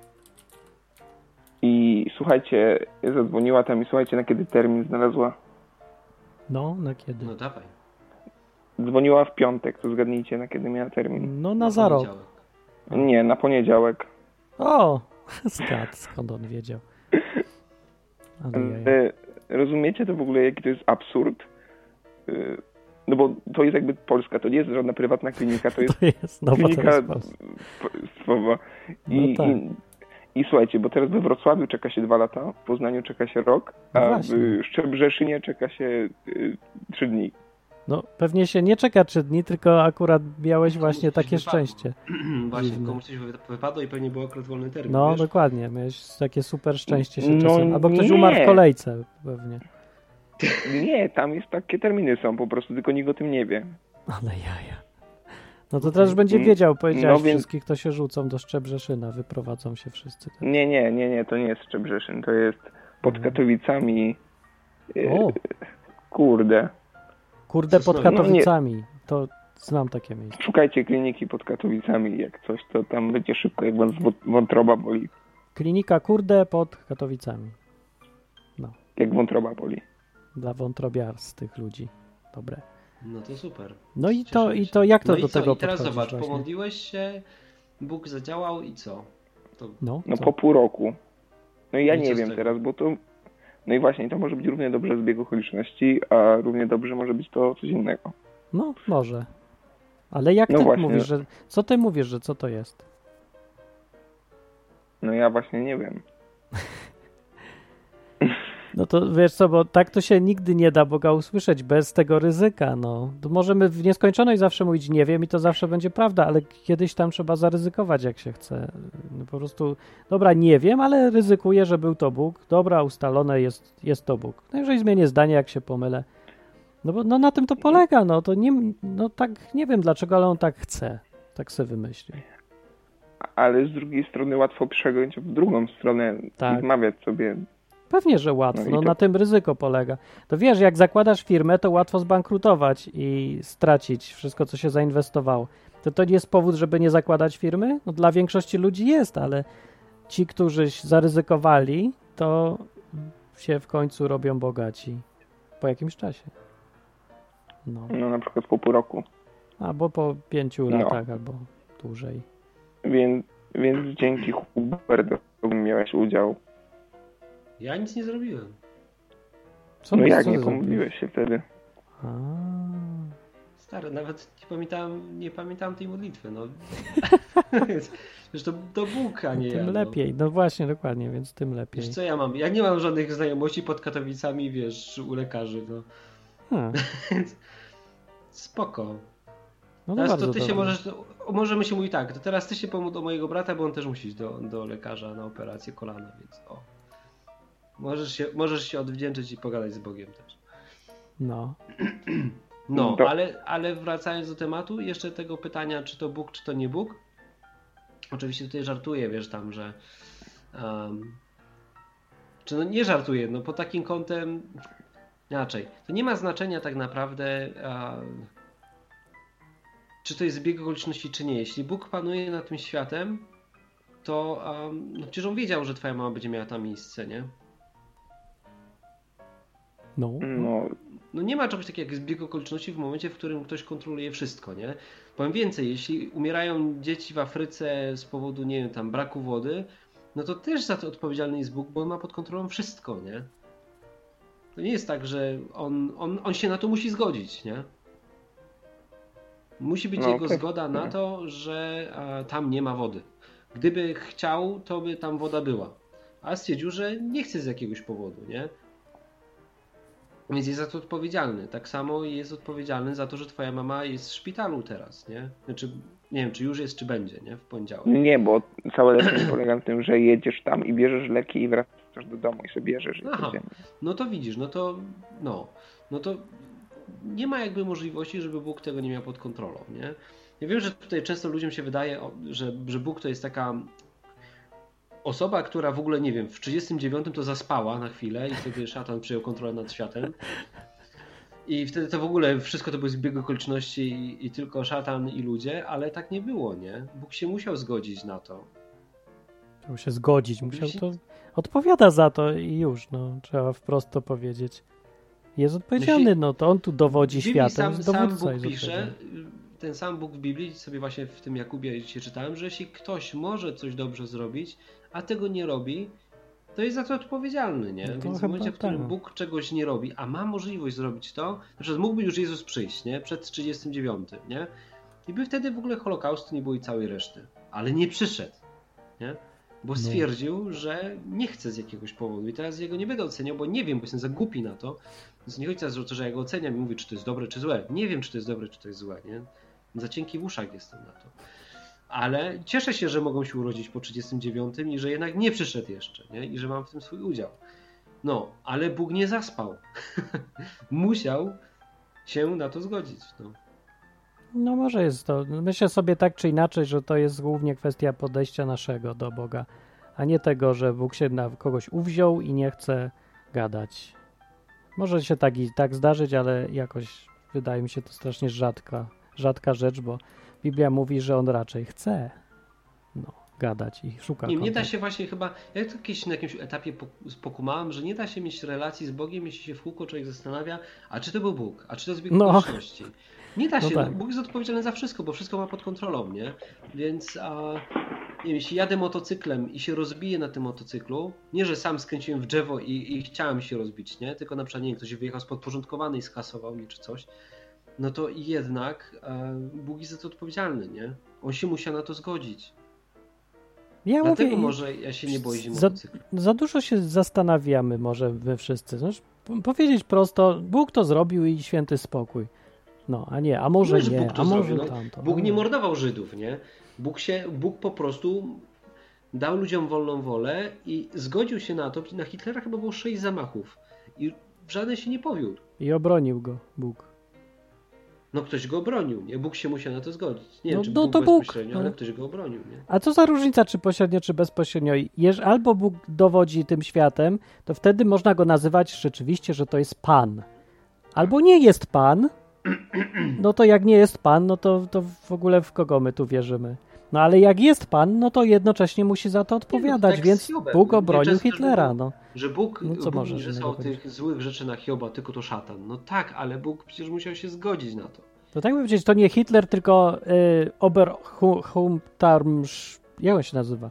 I słuchajcie, zadzwoniła tam i słuchajcie, na kiedy termin znalazła? No, na kiedy? No dawaj. Dzwoniła w piątek, to zgadnijcie, na kiedy miała termin. No na za rok. Poniedziałek. Nie, na poniedziałek. O! Skąd on wiedział? Ale jaja. Rozumiecie to w ogóle, jaki to jest absurd? No bo to jest jakby Polska, to nie jest żadna prywatna klinika, to jest To jest, no bo to klinika jest Polska. państwowa. No tak. I słuchajcie, bo teraz we Wrocławiu czeka się 2 lata, w Poznaniu czeka się rok, No a właśnie. w Szczebrzeszynie czeka się 3 dni. No pewnie się nie czeka 3 dni, tylko akurat miałeś właśnie Komuś coś takie wypadło. szczęście. Właśnie, Dziwne. komuś coś wypadło i pewnie był akurat wolny termin. No wiesz? dokładnie, miałeś takie super szczęście się No czasem. Albo ktoś nie. umarł w kolejce pewnie. Nie, tam jest takie terminy są po prostu, tylko nikt o tym nie wie. Ale jaja. No to teraz już będzie wiedział, powiedziałeś No więc- wszystkich, to się rzucą do Szczebrzeszyna, wyprowadzą się wszyscy. Tak. Nie, to nie jest Szczebrzeszyn, to jest pod Katowicami. O! Kurde. Kurde, pod Sosnowiec. Katowicami. To znam takie miejsce. Szukajcie kliniki pod Katowicami, jak coś, to tam będzie szybko, jak was wątroba boli. Klinika Kurde pod Katowicami. Jak wątroba boli. Dla wątrobiarstych ludzi. Dobre. No to super. No i Cieszę to się. jak to no do i co? tego I teraz podchodzisz zobacz, właśnie? pomodliłeś się, Bóg zadziałał i co? To No, No co? po pół roku. No i ja No i co nie z wiem tego? teraz, bo to... No i właśnie, to może być równie dobrze zbieg okoliczności, a równie dobrze może być to coś innego. No, może. Ale jak No ty właśnie. mówisz, że... Co ty mówisz, że co to jest? No ja właśnie nie wiem. No to wiesz co, bo tak to się nigdy nie da Boga usłyszeć bez tego ryzyka, no. To możemy w nieskończoność zawsze mówić nie wiem i to zawsze będzie prawda, ale kiedyś tam trzeba zaryzykować jak się chce. No po prostu, dobra, nie wiem, ale ryzykuję, że był to Bóg. Dobra, ustalone jest to Bóg. No jeżeli zmienię zdanie, jak się pomylę. No bo no na tym to polega, no to nie, no tak nie wiem dlaczego, ale on tak chce. Tak sobie wymyślił. Ale z drugiej strony łatwo przegiąć w drugą stronę Tak. i wmawiać sobie. Pewnie, że łatwo. No i No to- na tym ryzyko polega. To wiesz, jak zakładasz firmę, to łatwo zbankrutować i stracić wszystko, co się zainwestowało. To nie jest powód, żeby nie zakładać firmy? No dla większości ludzi jest, ale ci, którzy zaryzykowali, to się w końcu robią bogaci po jakimś czasie. No. No na przykład po pół roku. Albo po 5 No. latach, albo dłużej. Więc dzięki Hubert miałeś udział. ja nic nie zrobiłem. Co No ty- jak co nie ty zrobiłeś? pomówiłeś się wtedy? A. Stary, nawet nie pamiętam tej modlitwy, no. Wiesz, to Bóg, a nie ja. Tym no. lepiej. No właśnie, dokładnie, więc tym lepiej. Wiesz co ja mam? Ja nie mam żadnych znajomości pod Katowicami, wiesz, u lekarzy, no. A, Spoko. no to Teraz bardzo to ty się dobrze. możemy się mówić tak, to teraz ty się pomódl o mojego brata, bo on też musi iść do lekarza na operację kolana, więc o. Możesz się odwdzięczyć i pogadać z Bogiem też. No. No, To- ale wracając do tematu, jeszcze tego pytania, czy to Bóg, czy to nie Bóg. Oczywiście tutaj żartuję, wiesz tam, że czy no nie żartuję, no pod takim kątem inaczej. To nie ma znaczenia tak naprawdę czy to jest zbieg okoliczności, czy nie. Jeśli Bóg panuje nad tym światem, to no przecież on wiedział, że twoja mama będzie miała tam miejsce, nie? No. No, No nie ma czegoś takiego jak zbieg okoliczności w momencie, w którym ktoś kontroluje wszystko, nie? Powiem więcej, jeśli umierają dzieci w Afryce z powodu, nie wiem, tam braku wody, no to też za to odpowiedzialny jest Bóg, bo on ma pod kontrolą wszystko, nie? To nie jest tak, że on się na to musi zgodzić, nie? Musi być No, jego okej. zgoda na to, że tam nie ma wody. Gdyby chciał, to by tam woda była. A stwierdził, że nie chce z jakiegoś powodu, nie? Więc jest za to odpowiedzialny. Tak samo jest odpowiedzialny za to, że twoja mama jest w szpitalu teraz, nie? Znaczy, nie wiem, czy już jest, czy będzie, nie? W poniedziałek. Nie, bo całe leczenie polega na tym, że jedziesz tam i bierzesz leki i wracasz do domu i sobie bierzesz. Aha, no to widzisz, no to nie ma jakby możliwości, żeby Bóg tego nie miał pod kontrolą, nie? Ja wiem, że tutaj często ludziom się wydaje, że Bóg to jest taka osoba, która w ogóle, nie wiem, w 39 to zaspała na chwilę i wtedy szatan przejął kontrolę nad światem. I wtedy to w ogóle wszystko to był zbieg okoliczności i tylko szatan i ludzie, ale tak nie było, nie? Bóg się musiał zgodzić na to. Musiał się zgodzić, to odpowiada za to i już, no, trzeba wprost to powiedzieć. Jest odpowiedzialny, no to on tu dowodzi światem, sam Bóg pisze, ten sam Bóg w Biblii, sobie właśnie w tym Jakubie dzisiaj czytałem, że jeśli ktoś może coś dobrze zrobić, a tego nie robi, to jest za to odpowiedzialny, nie? No więc w momencie, w którym Bóg czegoś nie robi, a ma możliwość zrobić to, na przykład mógłby już Jezus przyjść, nie? Przed 39, nie? I by wtedy w ogóle Holokaustu nie było i całej reszty. Ale nie przyszedł, nie? Bo stwierdził, że nie chce z jakiegoś powodu i teraz jego nie będę oceniał, bo nie wiem, bo jestem za głupi na to. Więc nie chodzi teraz o to, że ja go oceniam i mówię, czy to jest dobre, czy złe. Nie wiem, czy to jest dobre, czy to jest złe, nie? Za cienki w uszach jestem na to. Ale cieszę się, że mogą się urodzić po 39 i że jednak nie przyszedł jeszcze, nie? I że mam w tym swój udział. No, ale Bóg nie zaspał. Musiał się na to zgodzić. No może jest to. Myślę sobie tak czy inaczej, że to jest głównie kwestia podejścia naszego do Boga, a nie tego, że Bóg się na kogoś uwziął i nie chce gadać. Może się tak zdarzyć, ale jakoś wydaje mi się to strasznie rzadka rzecz, bo Biblia mówi, że on raczej chce gadać i szuka nie da się właśnie chyba, ja to kiedyś na jakimś etapie pokumałem, że nie da się mieć relacji z Bogiem, jeśli się w kółko człowiek zastanawia, a czy to był Bóg, a czy to zbieg okoliczności. Nie da się, Bóg jest odpowiedzialny za wszystko, bo wszystko ma pod kontrolą, nie? Więc nie wiem, jeśli jadę motocyklem i się rozbiję na tym motocyklu, nie, że sam skręciłem w drzewo i chciałem się rozbić, nie? Tylko na przykład, nie wiem, ktoś wyjechał spodporządkowany i skasował mnie czy coś, no to jednak Bóg jest za to odpowiedzialny, nie? On się musiał na to zgodzić. Dlatego może ja się nie boję motocyklu. Za dużo się zastanawiamy może my wszyscy. Znaczy, powiedzieć prosto, Bóg to zrobił i święty spokój. No, a nie, a może nie, Bóg a może zrobił, tamto. Bóg nie mordował Żydów, nie? Bóg po prostu dał ludziom wolną wolę i zgodził się na to. Na Hitlera chyba było 6 zamachów i żaden się nie powiódł. I obronił go Bóg. No ktoś go obronił, nie? Bóg się musiał na to zgodzić. Nie wiem, czy to Bóg bezpośrednio, ale ktoś go obronił, nie? A co za różnica, czy pośrednio, czy bezpośrednio? Albo Bóg dowodzi tym światem, to wtedy można go nazywać rzeczywiście, że to jest Pan. Albo nie jest Pan, no to jak nie jest Pan, no to w ogóle w kogo my tu wierzymy? No ale jak jest Pan, no to jednocześnie musi za to odpowiadać, tak więc Bóg obronił Hitlera. Że Bóg nie wysłał tych złych rzeczy na Hioba, tylko to szatan. No tak, ale Bóg przecież musiał się zgodzić na to. To tak by powiedzieć, to nie Hitler, tylko jak on się nazywa?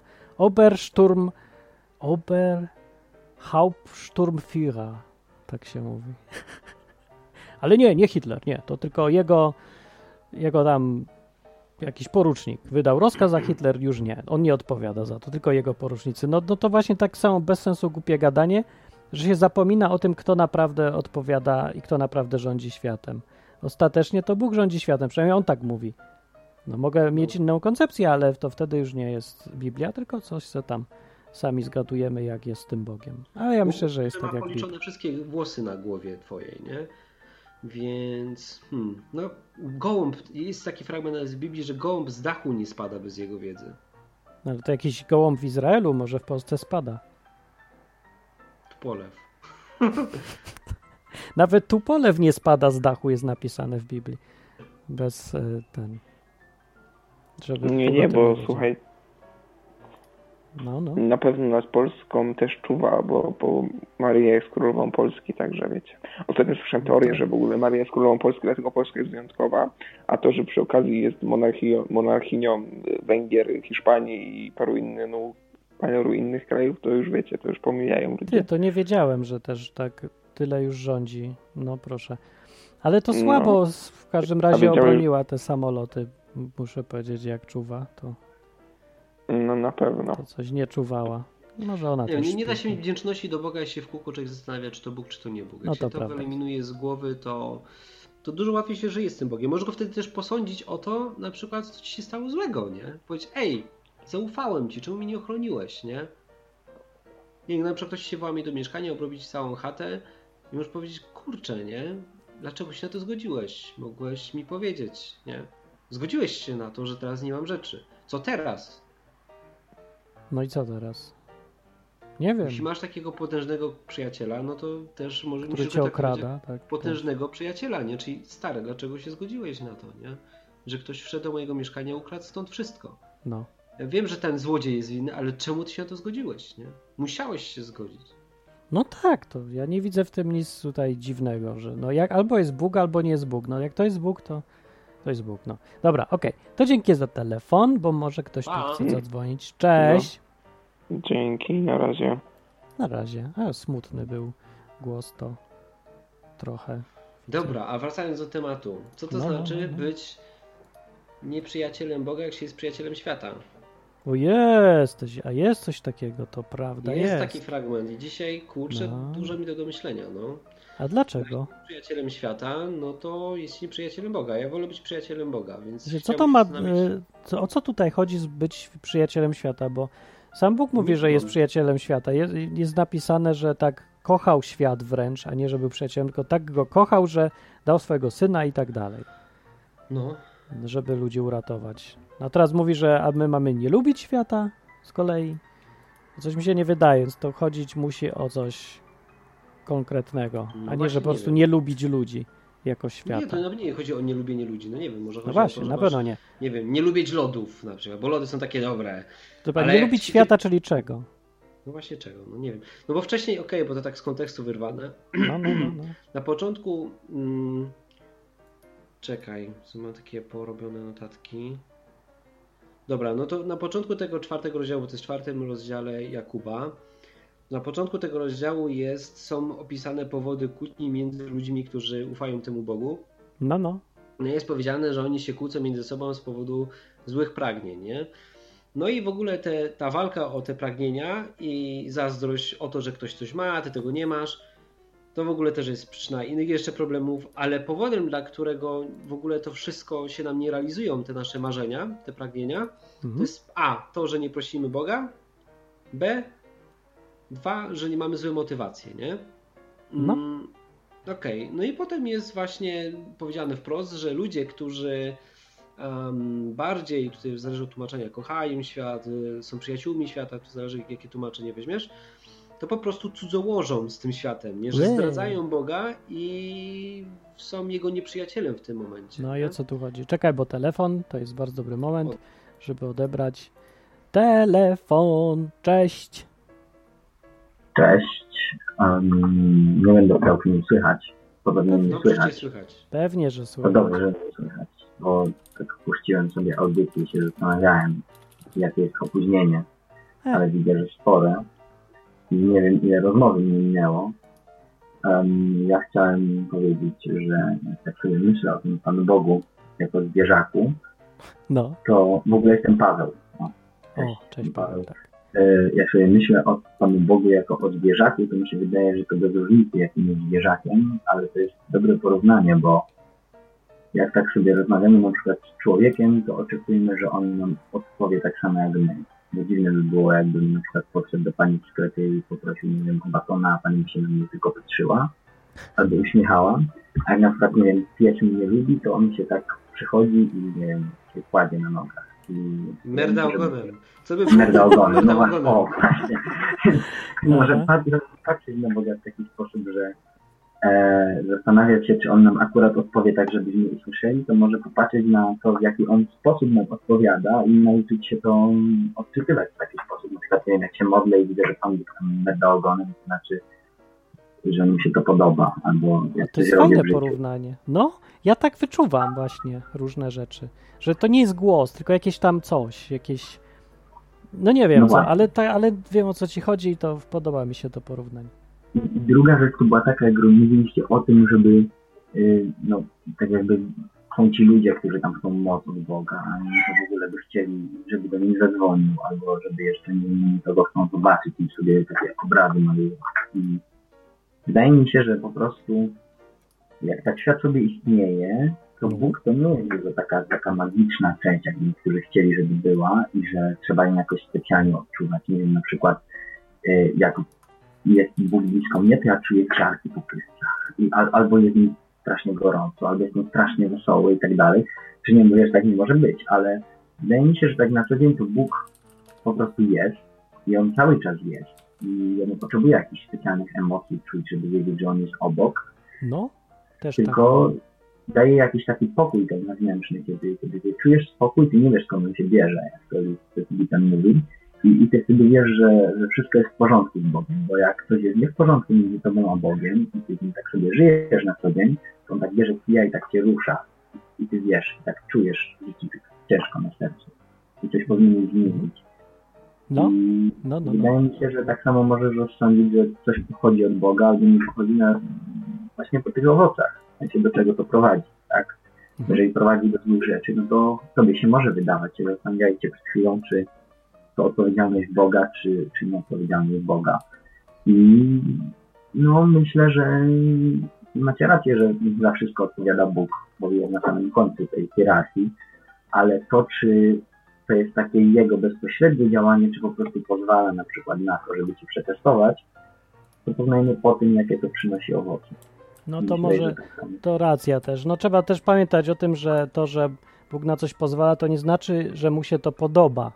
Oberhauptsturmführer. Tak się mówi. Ale nie Hitler, nie. To tylko jego tam jakiś porucznik wydał rozkaz, a Hitler już nie. On nie odpowiada za to, tylko jego porucznicy. No to właśnie tak samo bez sensu głupie gadanie, że się zapomina o tym, kto naprawdę odpowiada i kto naprawdę rządzi światem. Ostatecznie to Bóg rządzi światem, przynajmniej on tak mówi. No mogę mieć inną koncepcję, ale to wtedy już nie jest Biblia, tylko coś, co tam sami zgadujemy, jak jest z tym Bogiem. Ale ja myślę, że jest tak jak Biblia. Ma policzone wszystkie włosy na głowie twojej, nie? Więc, gołąb, jest taki fragment z Biblii, że gołąb z dachu nie spada bez jego wiedzy. No, ale to jakiś gołąb w Izraelu, może w Polsce spada. Tupolew. Nawet tupolew nie spada z dachu, jest napisane w Biblii. Bez Nie, bo słuchaj, no. Na pewno nad Polską też czuwa, bo Maria jest królową Polski, także wiecie. Ostatnio słyszałem teorię, że w ogóle Maria jest królową Polski, dlatego Polska jest wyjątkowa, a to, że przy okazji jest monarchinią Węgier, Hiszpanii i paru innych krajów, to już wiecie, to już pomijają ludzie. Nie, to nie wiedziałem, że też tak tyle już rządzi. No proszę. Ale to słabo w każdym razie obroniła te samoloty. Muszę powiedzieć, jak czuwa, to... No na pewno. To coś nie czuwała. Może ona Nie, też nie da śpi. się mieć wdzięczności do Boga, jeśli się w kółko człowiek zastanawia, czy to Bóg, czy to nie Bóg. Jak No się to to prawda. wyeliminuje z głowy, to dużo łatwiej się żyje z tym Bogiem. Możesz go wtedy też posądzić o to, na przykład, co ci się stało złego, nie? Powiedzieć, ej, zaufałem ci, czemu mnie nie ochroniłeś, nie? Nie, na przykład ktoś się włamie do mieszkania, obrobić całą chatę i możesz powiedzieć, kurczę, nie? Dlaczego się na to zgodziłeś? Mogłeś mi powiedzieć, nie? Zgodziłeś się na to, że teraz nie mam rzeczy. Co teraz? No i co teraz? Nie wiem. Jeśli masz takiego potężnego przyjaciela, no to też może Który musisz cię go traktować okrada, jak tak? potężnego przyjaciela, nie? Czyli stary, dlaczego się zgodziłeś na to, nie? Że ktoś wszedł do mojego mieszkania, ukradł stąd wszystko. No. Ja wiem, że ten złodziej jest winny, ale czemu ty się na to zgodziłeś, nie? Musiałeś się zgodzić. No tak, to ja nie widzę w tym nic tutaj dziwnego, że no jak albo jest Bóg, albo nie jest Bóg. No jak to jest Bóg, to jest Bóg, no. Dobra, okej. To dzięki za telefon, bo może ktoś tu Pa. chce zadzwonić. Cześć. Dzięki, na razie. Na razie. A, smutny był głos to trochę. Dobra, a wracając do tematu. Co to No, znaczy no. być nieprzyjacielem Boga, jak się jest przyjacielem świata? O jest coś takiego, to prawda, Jest taki fragment i dzisiaj, kurczę, No. dużo mi do myślenia, no. A dlaczego? Przyjacielem świata, no to jest nieprzyjacielem Boga. Ja wolę być przyjacielem Boga, więc Co chciałbym to się ma, zastanowić- o co tutaj chodzi z być przyjacielem świata, bo sam Bóg mówi, Nie że jest wiem. przyjacielem świata. Jest napisane, że tak kochał świat wręcz, a nie, że był przyjacielem, tylko tak go kochał, że dał swojego syna i tak dalej, No, żeby ludzi uratować. A teraz mówi, że a my mamy nie lubić świata z kolei. Coś mi się nie wydaje, więc to chodzić musi o coś konkretnego, No a nie, właśnie że po nie prostu wiem. nie lubić ludzi jako nie, świata. to nawet nie chodzi o nielubienie ludzi, no nie wiem, może No chodzi właśnie, o to, że na masz, pewno nie. nie wiem, nie lubić lodów na przykład, bo lody są takie dobre. Dobra, ale nie jak lubić ci- świata, czyli czego? No właśnie czego, no nie wiem. No bo wcześniej, okej, bo to tak z kontekstu wyrwane. No. Na początku, czekaj, co mam takie porobione notatki. Dobra, no to na początku tego 4 rozdziału, bo to jest w 4 rozdziale Jakuba, na początku tego rozdziału są opisane powody kłótni między ludźmi, którzy ufają temu Bogu. No. No jest powiedziane, że oni się kłócą między sobą z powodu złych pragnień, nie? No i w ogóle ta walka o te pragnienia i zazdrość o to, że ktoś coś ma, a ty tego nie masz, to w ogóle też jest przyczyna innych jeszcze problemów, ale powodem, dla którego w ogóle to wszystko się nam nie realizują, te nasze marzenia, te pragnienia, to jest A, to, że nie prosimy Boga, B, 2, że nie mamy złej motywacji, nie? No. Okej, no i potem jest właśnie powiedziane wprost, że ludzie, którzy bardziej, tutaj zależy od tłumaczenia, kochają świat, są przyjaciółmi świata, to zależy jakie tłumaczenie weźmiesz, to po prostu cudzołożą z tym światem, nie? Że zdradzają Boga i są jego nieprzyjacielem w tym momencie. No nie? i o co tu chodzi? Czekaj, bo telefon to jest bardzo dobry moment, żeby odebrać. Telefon, cześć. Cześć. Nie będę brał, czy mnie słychać. Podobnie mnie No przecież słychać. słychać. Pewnie, że To słuchaj. dobrze, że mnie słychać, bo tak puściłem sobie audycję i się zastanawiałem, jakie jest opóźnienie, ale widzę, że spore. I nie wiem, ile rozmowy mi minęło. Ja chciałem powiedzieć, że jak sobie myślę o tym Panu Bogu jako zwierzaku, No. to w ogóle jestem Paweł. O, cześć Paweł, tak. Jak sobie myślę o Panu Bogu jako o zwierzaku, to mi się wydaje, że to bez różnicy jakim jest zwierzakiem, ale to jest dobre porównanie, bo jak tak sobie rozmawiamy na przykład z człowiekiem, to oczekujemy, że on nam odpowie tak samo jak my. Bo dziwne by było, jakbym na przykład podszedł do pani w sklepie i poprosił, nie wiem, o batona, a pani się na mnie tylko patrzyła albo uśmiechała. A jak na przykład, nie wiem, pies mnie lubi, to on się tak przychodzi i, nie wiem, się kładzie na nogach. Merda ogonem. Co by Merda ogonem, no Merda właśnie, ogonem. o właśnie. Może patrzeć na Boga w taki sposób, że zastanawiać się, czy on nam akurat odpowie tak, żebyśmy usłyszeli, to może popatrzeć na to, w jaki on sposób nam odpowiada i nauczyć się to odczytywać w taki sposób. Na przykład, nie wiem, jak się modlę i widzę, że Pan Bóg tam merda ogonem, to znaczy, że mi się to podoba, albo jak To jest coś robię fajne w życiu. porównanie. No, ja tak wyczuwam właśnie różne rzeczy. Że to nie jest głos, tylko jakieś tam coś, jakieś... No nie wiem No co, właśnie. ale wiem o co ci chodzi i to podoba mi się to porównanie. I druga rzecz to była taka, jak mówiliście o tym, żeby no, tak jakby są ci ludzie, którzy tam są moc od Boga, a nie to w ogóle by chcieli, żeby do nich zadzwonił, albo żeby jeszcze nie tego chcą zobaczyć i sobie takie obrazy malują. I wydaje mi się, że po prostu jak tak świat sobie istnieje, to Bóg to nie jest jego taka magiczna część, jak niektórzy chcieli, żeby była i że trzeba ją jakoś specjalnie odczuwać. Nie wiem, na przykład jak jest Bóg blisko mnie, to ja czuję ciarki po pystkach. Albo jest mi strasznie gorąco, albo jest mi strasznie wesoły i tak dalej. Czy nie mówię, że tak nie może być, ale wydaje mi się, że tak na co dzień to Bóg po prostu jest i On cały czas jest. I ja nie potrzebuję jakichś specjalnych emocji czuć, żeby wiedzieć, że On jest obok. No, też tylko daje jakiś taki pokój ten wewnętrzny, kiedy ty czujesz spokój, ty nie wiesz, skąd on się bierze, jak to sobie tam mówi. I ty wtedy wiesz, że wszystko jest w porządku z Bogiem, bo jak coś jest nie w porządku między tobą a Bogiem i ty tak sobie żyjesz na co dzień, to on tak bierze kija i tak cię rusza. I ty wiesz, tak czujesz, że ci tak ciężko na sercu. I coś powinien zmienić. No. Wydaje mi się, że tak samo możesz rozsądzić, że coś pochodzi od Boga, albo nie pochodzi właśnie po tych owocach. Wiecie, do czego to prowadzi, tak? Jeżeli prowadzi do złych rzeczy, no to tobie się może wydawać. Zastanawiajcie przed chwilą, czy to odpowiedzialność Boga, czy nieodpowiedzialność Boga. I no myślę, że macie rację, że za wszystko odpowiada Bóg, bo jest na samym końcu tej hierarchii, ale to, czy to jest takie jego bezpośrednie działanie, czy po prostu pozwala na przykład na to, żeby ci przetestować, to poznajmy po tym, jakie to przynosi owoce. No to może, to racja też. No trzeba też pamiętać o tym, że to, że Bóg na coś pozwala, to nie znaczy, że mu się to podoba.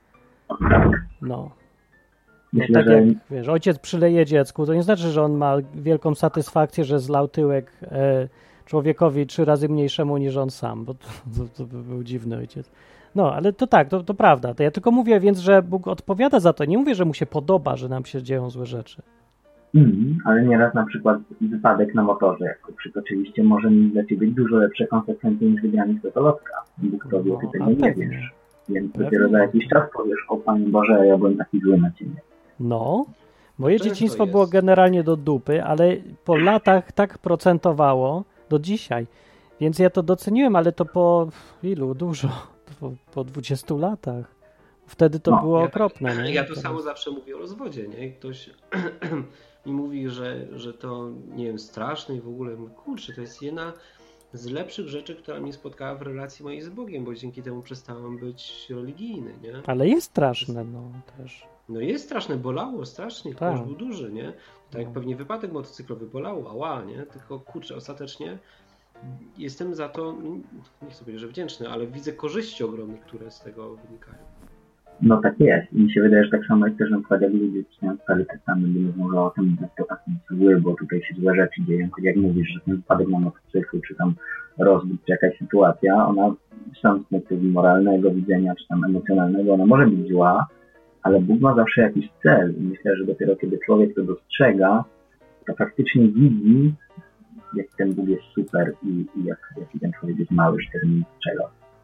No. Myślę, tak że... jak, wiesz, ojciec przyleje dziecku, to nie znaczy, że on ma wielką satysfakcję, że zlał tyłek człowiekowi 3 razy mniejszemu niż on sam, bo to by był dziwny ojciec. No, ale to tak, to prawda. To ja tylko mówię więc, że Bóg odpowiada za to. Nie mówię, że mu się podoba, że nam się dzieją złe rzeczy. Ale nieraz na przykład wypadek na motorze, jak przytoczyliście, może mieć dla ciebie dużo lepsze konsekwencje niż wygranie stotolotka. Bóg to wie, ty tego nie wiesz. Więc dopiero za jakiś czas powiesz, o Panie Boże, ja byłem taki zły na ciebie. No, moje dzieciństwo było generalnie do dupy, ale po latach tak procentowało do dzisiaj. Więc ja to doceniłem, ale to po ilu? Dużo. Po 20 latach. Wtedy to było okropne. Nie? Ja to samo zawsze mówię o rozwodzie, nie? Ktoś mi mówi, że to, nie wiem, straszne i w ogóle, kurczę, to jest jedna z lepszych rzeczy, która mnie spotkała w relacji mojej z Bogiem, bo dzięki temu przestałem być religijny, nie? Ale jest straszne, no też. No jest straszne, bolało strasznie, tak. Kosz był duży, nie? Tak jak pewnie wypadek motocyklowy bolało, ała, nie? Tylko kurczę, ostatecznie jestem za to, nie chcę powiedzieć, że wdzięczny, ale widzę korzyści ogromne, które z tego wynikają. No tak jest. I mi się wydaje, że tak samo jak też na przykład jak ludzie czytają Stary Testament, nie mówią o tym, że to tak jest zły, bo tutaj się złe rzeczy dzieją. Tak jak mówisz, że ten wypadek na motocyklu, czy tam rozwód, czy jakaś sytuacja, ona sam z punktu moralnego widzenia, czy tam emocjonalnego, ona może być zła, ale Bóg ma zawsze jakiś cel. I myślę, że dopiero kiedy człowiek to dostrzega, to faktycznie widzi, jak ten Bóg jest super i jaki ten człowiek jest mały, że tego nie dostrzega.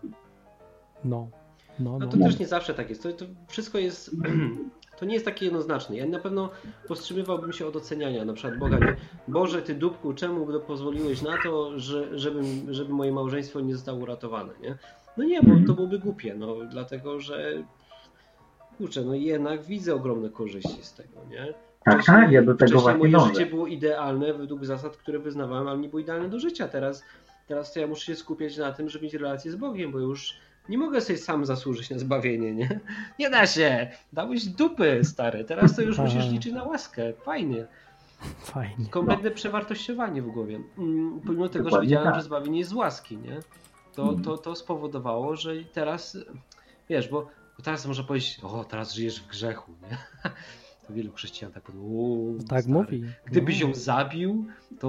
No to też nie zawsze tak jest. To wszystko jest, to nie jest takie jednoznaczne. Ja na pewno powstrzymywałbym się od oceniania na przykład Boga. Nie? Boże, ty dupku, czemu pozwoliłeś na to, żeby moje małżeństwo nie zostało uratowane, nie? No nie, bo to byłoby głupie, no dlatego, że kurczę, no jednak widzę ogromne korzyści z tego, nie? Tak, ja do tego właśnie moje życie było idealne według zasad, które wyznawałem, ale nie było idealne do życia. Teraz to ja muszę się skupiać na tym, żeby mieć relację z Bogiem, bo już nie mogę sobie sam zasłużyć na zbawienie, nie? Nie da się! Dałeś dupy, stary. Teraz to już musisz liczyć na łaskę. Fajnie. Kompletne przewartościowanie w głowie. Pomimo tego, że wiedziałem, że zbawienie jest z łaski, nie? To spowodowało, że teraz, wiesz, bo teraz można powiedzieć, teraz żyjesz w grzechu, nie? To wielu chrześcijan tak tak mówi. Gdybyś ją zabił,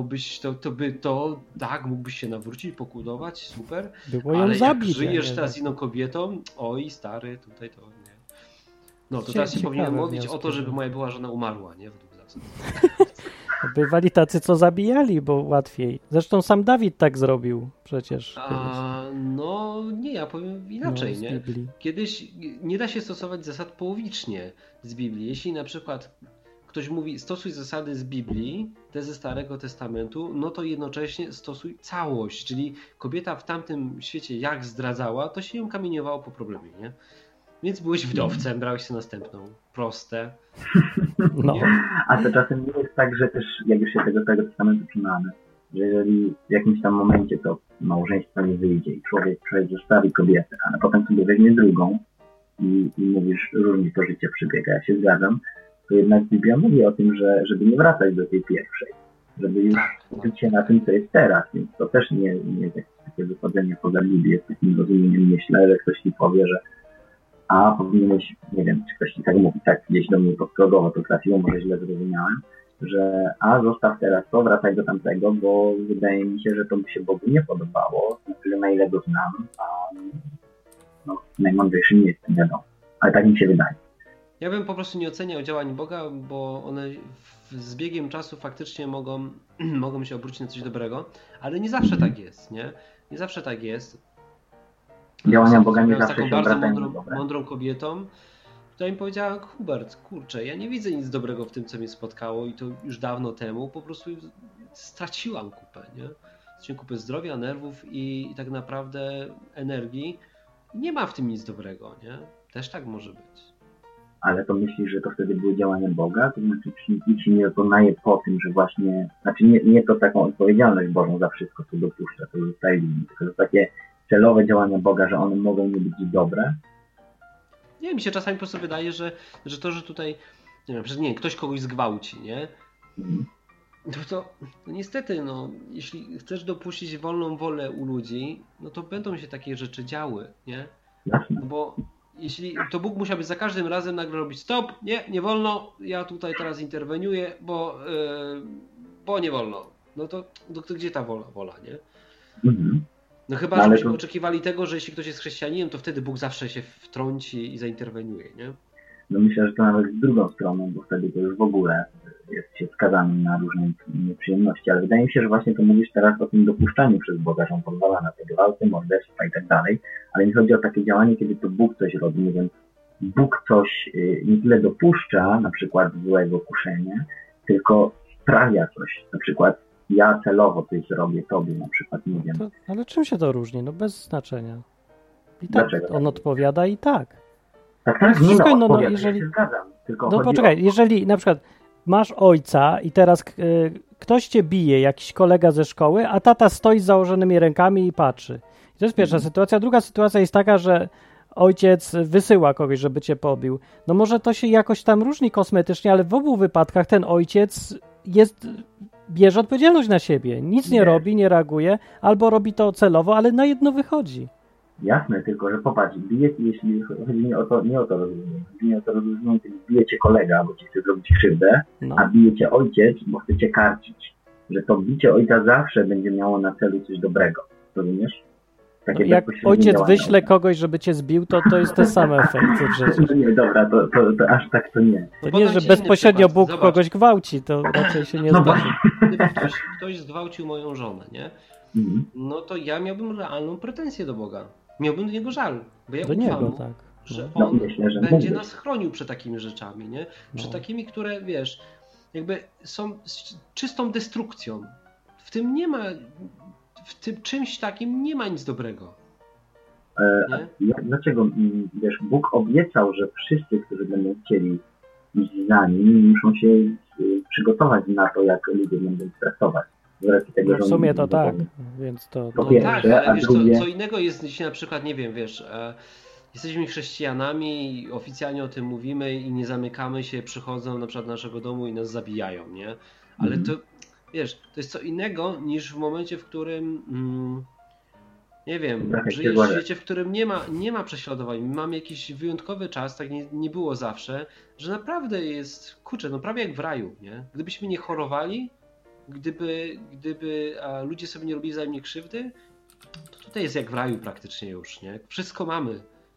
tak, mógłbyś się nawrócić, pokutować, super. Było ale ją zabić, jak żyjesz teraz z inną kobietą, oj stary, tutaj to nie. No to teraz się powinien modlić o to, żeby moja była żona umarła, nie? Według zasad. Bywali tacy, co zabijali, bo łatwiej. Zresztą sam Dawid tak zrobił przecież. No nie, ja powiem inaczej, nie? Kiedyś nie da się stosować zasad połowicznie z Biblii. Jeśli na przykład ktoś mówi stosuj zasady z Biblii, te ze Starego Testamentu, no to jednocześnie stosuj całość, czyli kobieta w tamtym świecie jak zdradzała, to się ją kamieniowało po problemie, nie? Więc byłeś wdowcem, brałeś się następną. Proste. No. A to czasem nie jest tak, że też jak już się tego Starego Testamentu trzymamy, że jeżeli w jakimś tam momencie to małżeństwo nie wyjdzie i człowiek zostawi kobietę, ale potem sobie weźmie drugą i mówisz, różnie to życie przebiega, ja się zgadzam, to jednak Biblia mówi o tym, żeby nie wracać do tej pierwszej, żeby już skupić się na tym, co jest teraz, więc to też nie jest takie wychodzenie poza Biblię z takim rozumieniem. Myślę, że ktoś ci powie, że powinieneś, nie wiem, czy ktoś ci tak mówi, tak gdzieś do mnie podprogowo to trafiło, może źle zrozumiałem, że zostaw teraz to, wracaj do tamtego, bo wydaje mi się, że to by się Bogu nie podobało, na ile go znam, a najmądrzejszym nie jestem, wiadomo. Ale tak mi się wydaje. Ja bym po prostu nie oceniał działań Boga, bo one z biegiem czasu faktycznie mogą się obrócić na coś dobrego, ale nie zawsze tak jest, nie? Nie zawsze tak jest. Działania Boga nie z zawsze taką się bardzo dobre. mądrą kobietą, która mi powiedziała, Hubert, kurczę, ja nie widzę nic dobrego w tym, co mnie spotkało i to już dawno temu, po prostu straciłam kupę, nie? Straciłam kupę zdrowia, nerwów i tak naprawdę energii. Nie ma w tym nic dobrego, nie? Też tak może być. Ale to myślisz, że to wtedy były działania Boga? To znaczy, czy nie dokonaje po tym, że właśnie, znaczy nie to taką odpowiedzialność Bożą za wszystko, co dopuszcza, to zostaje inni, tylko to takie celowe działania Boga, że one mogą nie być dobre? Nie, mi się czasami po prostu wydaje, że to, że tutaj, nie wiem, ktoś kogoś zgwałci, nie? To niestety, jeśli chcesz dopuścić wolną wolę u ludzi, no to będą się takie rzeczy działy, nie? Jasne. No bo jeśli to Bóg musiałby za każdym razem nagle robić stop, nie wolno, ja tutaj teraz interweniuję, bo nie wolno. No to gdzie ta wola, nie? No chyba, żebyśmy oczekiwali tego, że jeśli ktoś jest chrześcijaninem, to wtedy Bóg zawsze się wtrąci i zainterweniuje, nie? No myślę, że to nawet z drugą stroną, bo wtedy to już w ogóle jest się skazany na różne nieprzyjemności, ale wydaje mi się, że właśnie to mówisz teraz o tym dopuszczaniu przez Boga, że on pozwala na te gwałty, morderstwa i tak dalej, ale nie chodzi o takie działanie, kiedy to Bóg coś robi, nie wiem, Bóg coś nie tyle dopuszcza, na przykład złego kuszenia, tylko sprawia coś, na przykład ja celowo coś zrobię tobie, na przykład, nie wiem. Ale czym się to różni? No bez znaczenia. I tak Dlaczego? on odpowiada i tak. Tak, nie jeżeli... ja się zgadzam. Tylko poczekaj, jeżeli na przykład masz ojca i teraz ktoś cię bije, jakiś kolega ze szkoły, a tata stoi z założonymi rękami i patrzy. I to jest pierwsza sytuacja. Druga sytuacja jest taka, że ojciec wysyła kogoś, żeby cię pobił. No może to się jakoś tam różni kosmetycznie, ale w obu wypadkach ten ojciec bierze odpowiedzialność na siebie. Nic nie robi, nie reaguje, albo robi to celowo, ale na jedno wychodzi. Jasne, tylko że popatrz, jeśli chodzi nie o to rozróżnienie, chodzi nie o to rozróżnienie, kiedy bije cię kolega, bo ci chce zrobić krzywdę, a bije cię ojciec, bo chce cię karcić. Że to bicie ojca zawsze będzie miało na celu coś dobrego, rozumiesz? Takie jak ojciec wyśle kogoś, żeby cię zbił, to jest ten sam efekt w życiu. Nie, dobra, to aż tak to nie. To nie, że bezpośrednio Bóg kogoś gwałci, to raczej się nie zdarzy. Gdyby ktoś zgwałcił moją żonę, nie? No to ja miałbym realną pretensję do Boga. Miałbym do niego żal, bo ja ufam mu, że on będzie nas chronił przed takimi rzeczami, nie? Przed takimi, które, wiesz, jakby są czystą destrukcją. W tym nie ma, w tym czymś takim nie ma nic dobrego. Dlaczego? Wiesz, Bóg obiecał, że wszyscy, którzy będą chcieli iść za nim, muszą się przygotować na to, jak ludzie będą stresować. Tego, w sumie to tak, więc to... tak, ale wiesz, co innego jest, jeśli na przykład, nie wiem, wiesz, jesteśmy chrześcijanami i oficjalnie o tym mówimy i nie zamykamy się, przychodzą na przykład do naszego domu i nas zabijają, nie? Ale to, wiesz, to jest co innego niż w momencie, w którym, nie wiem, żyjesz życie, w którym nie ma prześladowań. Mamy jakiś wyjątkowy czas, tak nie było zawsze, że naprawdę jest, kurczę, no prawie jak w raju, nie? Gdybyśmy nie chorowali, gdyby ludzie sobie nie robili wzajemnie krzywdy, to tutaj jest jak w raju praktycznie już, nie? Wszystko mamy.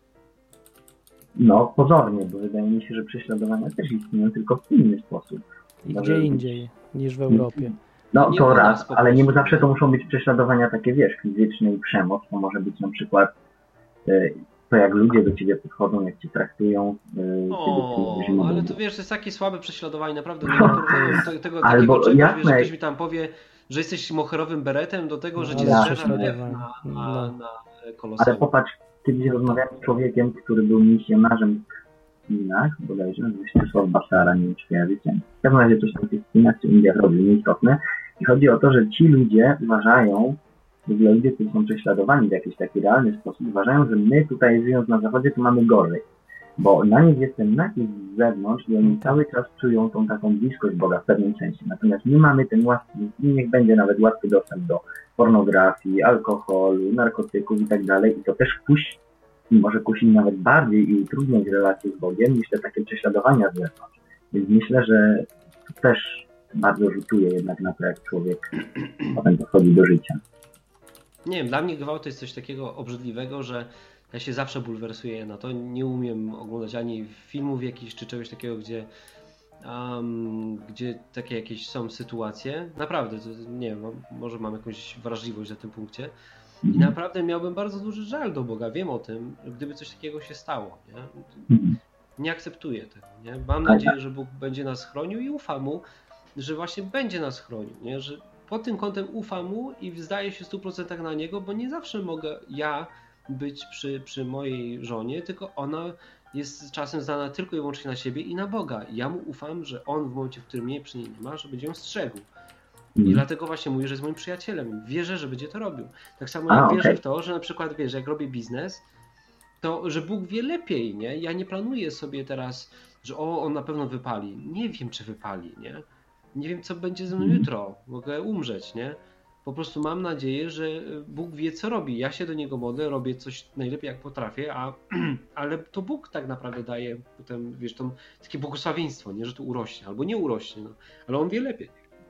No, pozornie, bo wydaje mi się, że prześladowania też istnieją, tylko w inny sposób. I gdzie indziej niż w Europie. No to raz, ale nie zawsze to muszą być prześladowania takie, wiesz, fizyczne i przemoc. To może być na przykład to jak ludzie do ciebie podchodzą, jak cię traktują. Ale to wiesz, to jest takie słabe prześladowanie, naprawdę nie porównuję tego takiego czegoś, wiesz, że ktoś mi tam powie, że jesteś moherowym beretem do tego, że cię zrzesza na kolosal. Ale popatrz, kiedyś rozmawiałem z człowiekiem, który był misjonarzem w Chinach, bodajże, Czesław Basara, nie wiem czy kojarzycie. W każdym razie coś tam w tych Chinach czy Indiach robił, nieistotne. I chodzi o to, że ci ludzie uważają, w ogóle ludzie, którzy są prześladowani w jakiś taki realny sposób, uważają, że my tutaj żyjąc na zachodzie, to mamy gorzej. Bo na nich jest ten nacisk z zewnątrz i oni cały czas czują tą taką bliskość Boga w pewnym sensie. Natomiast my mamy ten łatwy, niech będzie nawet łatwy dostęp do pornografii, alkoholu, narkotyków i tak dalej. I to też kusi, może kusi nawet bardziej i utrudniać relacje z Bogiem niż te takie prześladowania z zewnątrz. Więc myślę, że to też bardzo rzutuje jednak na to, jak człowiek potem podchodzi do życia. Nie wiem, dla mnie gwałt to jest coś takiego obrzydliwego, że ja się zawsze bulwersuję na to. Nie umiem oglądać ani filmów jakichś, czy czegoś takiego, gdzie takie jakieś są sytuacje. Naprawdę, to, nie wiem, może mam jakąś wrażliwość na tym punkcie. I naprawdę miałbym bardzo duży żal do Boga. Wiem o tym, gdyby coś takiego się stało. Nie akceptuję tego. Nie? Mam nadzieję, że Bóg będzie nas chronił i ufam Mu, że właśnie będzie nas chronił. Nie? Że pod tym kątem ufam Mu i zdaję się w 100% na Niego, bo nie zawsze mogę ja być przy mojej żonie, tylko ona jest czasem zdana tylko i wyłącznie na siebie i na Boga. I ja Mu ufam, że On w momencie, w którym mnie przy niej nie ma, że będzie ją strzegł. I dlatego właśnie mówię, że jest moim przyjacielem. Wierzę, że będzie to robił. Tak samo jak wierzę w to, że na przykład wiesz, jak robię biznes, to że Bóg wie lepiej, nie? Ja nie planuję sobie teraz, że on na pewno wypali. Nie wiem, czy wypali, nie? Nie wiem, co będzie ze mną jutro. Mogę umrzeć, nie? Po prostu mam nadzieję, że Bóg wie, co robi. Ja się do Niego modlę, robię coś najlepiej, jak potrafię, ale to Bóg tak naprawdę daje potem, wiesz, takie błogosławieństwo, nie? Że to urośnie, albo nie urośnie, no. Ale On wie lepiej.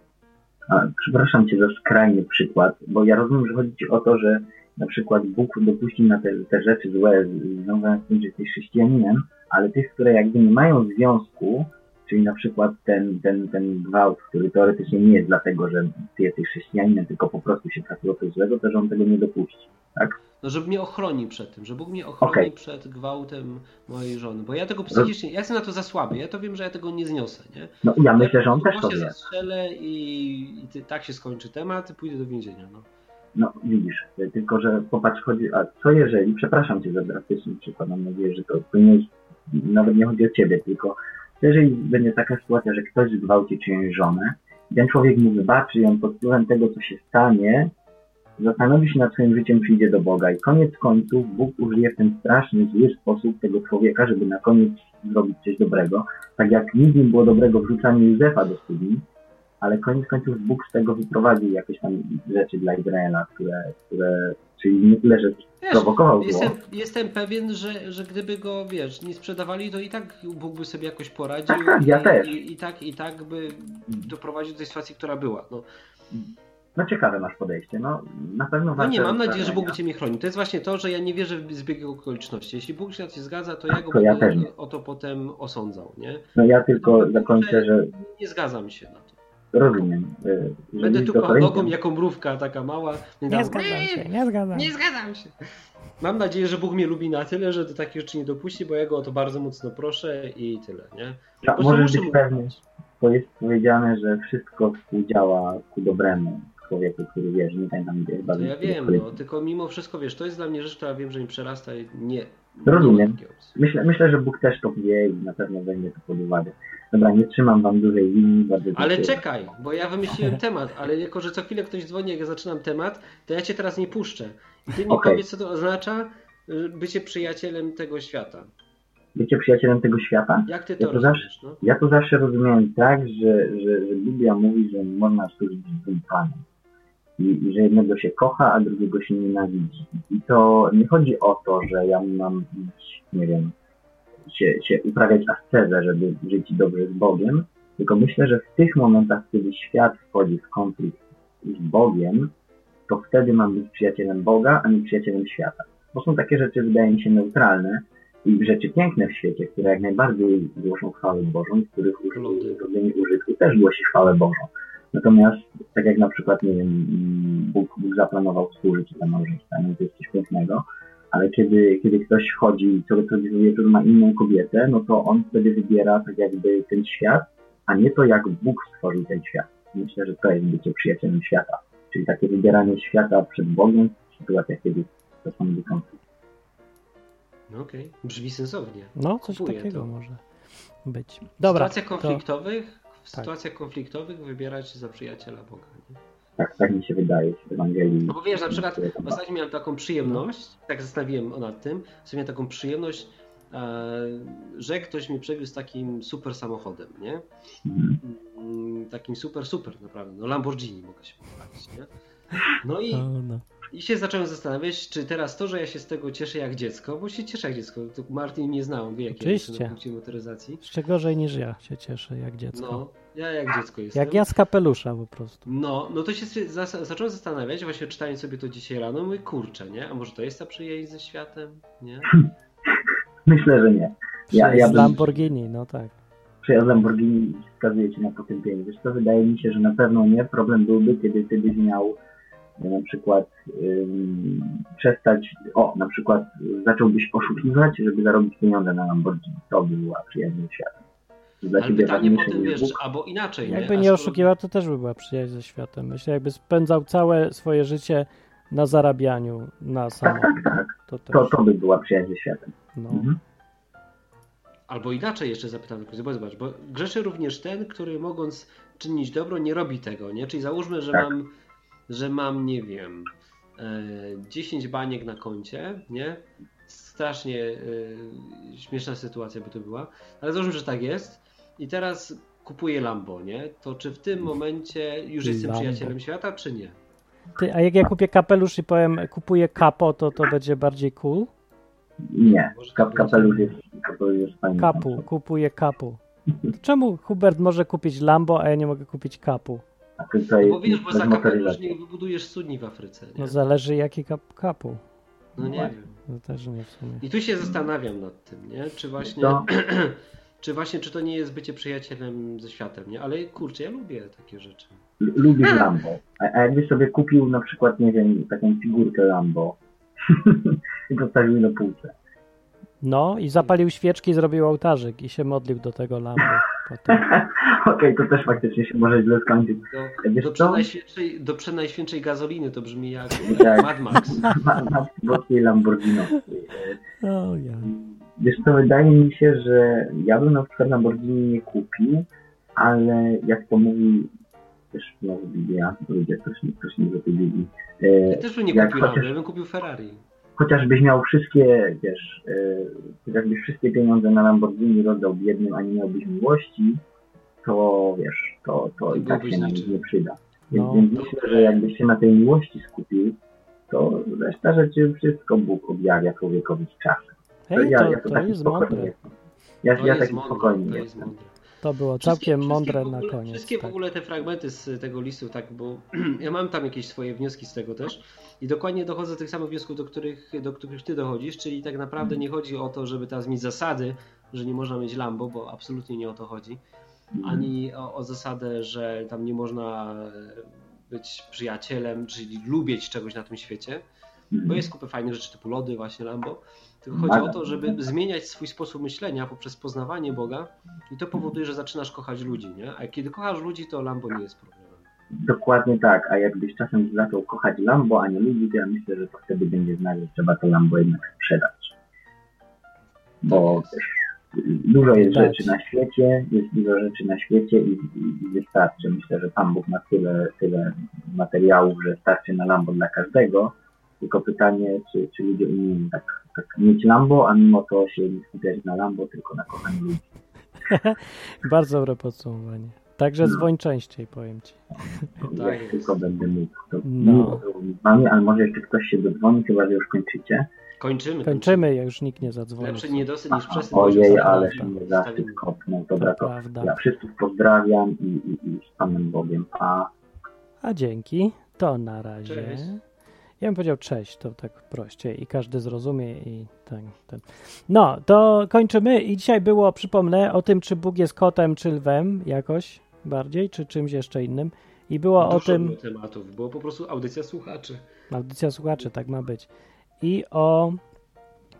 Przepraszam Cię za skrajny przykład, bo ja rozumiem, że chodzi Ci o to, że na przykład Bóg dopuści na te rzeczy złe związane z tym, że jesteś chrześcijaninem, ale tych, które jakby nie mają związku, czyli na przykład ten gwałt, który teoretycznie nie jest dlatego, że Ty jesteś chrześcijaninem, tylko po prostu się trafiło coś złego, to że On tego nie dopuści, tak? No, żeby mnie ochroni przed tym, że Bóg mnie ochroni przed gwałtem mojej żony, bo ja tego psychicznie, ja jestem na to za słaby, ja to wiem, że ja tego nie zniosę, nie? No ja myślę, że On też to wie. Ja zastrzelę i tak się skończy temat i pójdę do więzienia, no. No widzisz, tylko że popatrz, a co jeżeli, przepraszam Cię za drastyczny przykład, mam nadzieję, że to nie jest, nawet nie chodzi o Ciebie, tylko jeżeli będzie taka sytuacja, że ktoś zgwałci czyjąś żonę, ten człowiek mu wybaczy i on pod wpływem tego, co się stanie, zastanowi się nad swoim życiem, przyjdzie do Boga i koniec końców Bóg użyje w ten straszny, zły sposób tego człowieka, żeby na koniec zrobić coś dobrego. Tak jak nic nie było dobrego w rzucaniu Józefa do studni, ale koniec końców Bóg z tego wyprowadził jakieś tam rzeczy dla Izraela, które czyli nie tyle, że prowokował zło. Jestem pewien, że gdyby go, wiesz, nie sprzedawali, to i tak Bóg by sobie jakoś poradził. Tak, ja też. I tak by doprowadził do tej sytuacji, która była. No ciekawe masz podejście, no na pewno warto. No nie, mam nadzieję, że Bóg będzie mnie chronił. To jest właśnie to, że ja nie wierzę w zbieg okoliczności. Jeśli Bóg się na coś zgadza, to ja go będę o to potem osądzał, nie? No ja tylko zakończę, że... Nie zgadzam się na to. Rozumiem. Będę tupał nogą jako mrówka taka mała. Nie zgadzam się. Mam nadzieję, że Bóg mnie lubi na tyle, że do takich rzeczy nie dopuści, bo ja go o to bardzo mocno proszę i tyle, nie? Ja, możesz być pewny, bo jest powiedziane, że wszystko współdziała ku dobremu człowieku, który wierzy. Nie pamiętam, gdzie jest bardzo. Ja wiem, tylko mimo wszystko, wiesz, to jest dla mnie rzecz, która wiem, że mi przerasta i nie. Rozumiem. Myślę, że Bóg też to wie i na pewno weźmie to pod uwagę. Dobra, nie trzymam wam dłużej linii. Ale czekaj, bo ja wymyśliłem temat, ale jako, że co chwilę ktoś dzwoni, jak ja zaczynam temat, to ja cię teraz nie puszczę. I ty mi powiedz, co to oznacza bycie przyjacielem tego świata. Bycie przyjacielem tego świata? Jak ty to rozumiesz? Ja to zawsze rozumiałem tak, że Biblia mówi, że można służyć dwóm panom. I że jednego się kocha, a drugiego się nienawidzi. I to nie chodzi o to, że ja mam iść, nie wiem, się uprawiać ascezę, żeby żyć dobrze z Bogiem, tylko myślę, że w tych momentach, kiedy świat wchodzi w konflikt z Bogiem, to wtedy mam być przyjacielem Boga, a nie przyjacielem świata. Bo są takie rzeczy, wydaje mi się, neutralne i rzeczy piękne w świecie, które jak najbardziej głoszą chwałę Bożą, w których robienie użytku też głosi chwałę Bożą. Natomiast, tak jak na przykład, nie wiem, Bóg zaplanował współżycie dla małżeństwa, no to jest coś pięknego, Ale kiedy ktoś chodzi i co wieczór ma inną kobietę, no to on wtedy wybiera tak jakby ten świat, a nie to, jak Bóg stworzył ten świat. Myślę, że to jest bycie przyjacielem świata. Czyli takie wybieranie świata przed Bogiem w sytuacjach, kiedy to są konflikt. No okej, brzmi sensownie. No, coś Kupuję takiego to. może być. Dobra, W sytuacjach konfliktowych wybierać za przyjaciela Boga. Nie? Tak mi się wydaje w Ewangelii. No bo wiesz, na przykład ostatnio miałem taką przyjemność, tak zastanowiłem nad tym, że miałem taką przyjemność, że ktoś mnie przewiózł takim super samochodem, nie? Takim super naprawdę, no Lamborghini mogę się pochwalić, nie? No i się zacząłem zastanawiać, czy teraz to, że ja się z tego cieszę jak dziecko, bo się cieszę jak dziecko, to Martin mnie zna, on wie jakie jest na punkcie motoryzacji. Jeszcze gorzej niż ja się cieszę jak dziecko. No, ja jak dziecko jestem. Jak ja z kapelusza po prostu. No to się zacząłem zastanawiać, właśnie czytając sobie to dzisiaj rano, mówię, kurczę, nie? A może to jest ta przyjaźń ze światem, nie? Myślę, że nie. Z Lamborghini, no tak. Przyjazd Lamborghini wskazuje ci na potępienie. Wiesz co, wydaje mi się, że na pewno nie. Problem byłby, kiedy ty byś miał na przykład na przykład zacząłbyś oszukiwać, żeby zarobić pieniądze na Lamborghini. To by była przyjaźń ze światem. Ale pytanie potem, wiesz, albo inaczej. Jakby nie oszukiwał, to też by była przyjaźń ze światem. Myślę, jakby spędzał całe swoje życie na zarabianiu na samochód. Tak. To by była przyjaźń ze światem. No. Albo inaczej jeszcze zapytam, zobacz, bo grzeszy również ten, który mogąc czynić dobro, nie robi tego, nie? Czyli załóżmy, że mam, nie wiem, 10 baniek na koncie, nie? Strasznie śmieszna sytuacja by to była, ale załóżmy, że tak jest i teraz kupuję Lambo, nie? To czy w tym momencie już jestem przyjacielem świata, czy nie? A jak ja kupię kapelusz i powiem kupuję kapo, to będzie bardziej cool? Nie, kapelusz jest fajny. Kupuję kapu. Czemu Hubert może kupić Lambo, a ja nie mogę kupić kapu? No bo wiesz, bo za kapelusz nie wybudujesz studni w Afryce. Nie? No zależy jaki kapu. No nie wiem. No też nie w sumie. I tu się zastanawiam nad tym, nie? Czy to nie jest bycie przyjacielem ze światem, nie? Ale kurczę, ja lubię takie rzeczy. Lubisz Lambo. A jakbyś sobie kupił na przykład, nie wiem, taką figurkę Lambo i postawił na półce. No i zapalił świeczki, zrobił ołtarzyk i się modlił do tego Lambo potem. Okej, to też faktycznie się może źle skończyć. Do przenajświętszej gazoliny to brzmi jak tak. Mad Max. Boskiej Lamborghini. Ja. Wiesz co, wydaje mi się, że ja bym na przykład Lamborghini nie kupił, ale jak to mówi też Biblia, ludzie też nie do tej Biblii. Ja też bym nie kupił Lambo, ja bym kupił Ferrari. Chociażbyś miał wszystkie, wiesz, jakbyś wszystkie pieniądze na Lamborghini rozdał biednym, a nie miałbyś miłości, to wiesz, to i tak się nam nie przyda. Więc myślę, że jakbyś się na tej miłości skupił, to reszta rzeczy wszystko Bóg objawia człowiekowi z czasem. To jest mądre. Ja taki spokojny jestem. To było całkiem mądre na koniec. Wszystkie w ogóle te fragmenty z tego listu, tak, bo ja mam tam jakieś swoje wnioski z tego też i dokładnie dochodzę do tych samych wniosków, do których ty dochodzisz, czyli tak naprawdę nie chodzi o to, żeby teraz mieć zasady, że nie można mieć Lambo, bo absolutnie nie o to chodzi, ani o zasadę, że tam nie można być przyjacielem, czyli lubić czegoś na tym świecie, bo jest kupę fajnych rzeczy typu lody, właśnie Lambo. Tylko chodzi o to, żeby zmieniać swój sposób myślenia poprzez poznawanie Boga i to powoduje, że zaczynasz kochać ludzi, nie? A kiedy kochasz ludzi, to Lambo nie jest problemem. Dokładnie tak, a jakbyś czasem zaczął kochać Lambo, a nie ludzi, to ja myślę, że to wtedy będzie znak, że trzeba to Lambo jednak sprzedać. Bo dużo jest rzeczy na świecie, i wystarczy. Myślę, że Pan Bóg ma tyle materiałów, że starczy na Lambo dla każdego. Tylko pytanie, czy ludzie umieją tak mieć Lambo, a mimo to się nie skupiać na Lambo, tylko na kochaniu ludzi. Bardzo dobre podsumowanie. Także dzwoń częściej, powiem ci. Jak tylko będę mógł. To miło było z wami, ale może jeszcze ktoś się dodzwoni, chyba że już kończycie. Kończymy, jak już nikt nie zadzwoni. Lepszy niedosyt niż przesyt. Ojej, ale się nie zaszczyt kopnął. Dobra, to ja wszystkich pozdrawiam i z Panem Bogiem. A dzięki. To na razie. Cześć. Ja bym powiedział cześć, to tak prościej i każdy zrozumie i ten. No, to kończymy i dzisiaj było, przypomnę, o tym, czy Bóg jest kotem, czy lwem jakoś bardziej, czy czymś jeszcze innym. I było dużo o tym... tematów, było po prostu audycja słuchaczy. Audycja słuchaczy, tak ma być. I o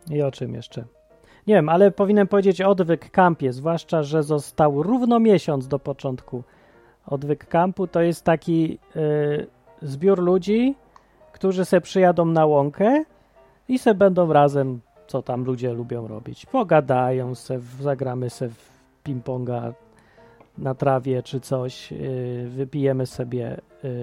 I o czym jeszcze? Nie wiem, ale powinienem powiedzieć o Odwyk Campie, zwłaszcza, że został równo miesiąc do początku. Odwyk Campu to jest taki zbiór ludzi, którzy se przyjadą na łąkę i se będą razem, co tam ludzie lubią robić. Pogadają se, zagramy se w ping-ponga na trawie czy coś, wypijemy sobie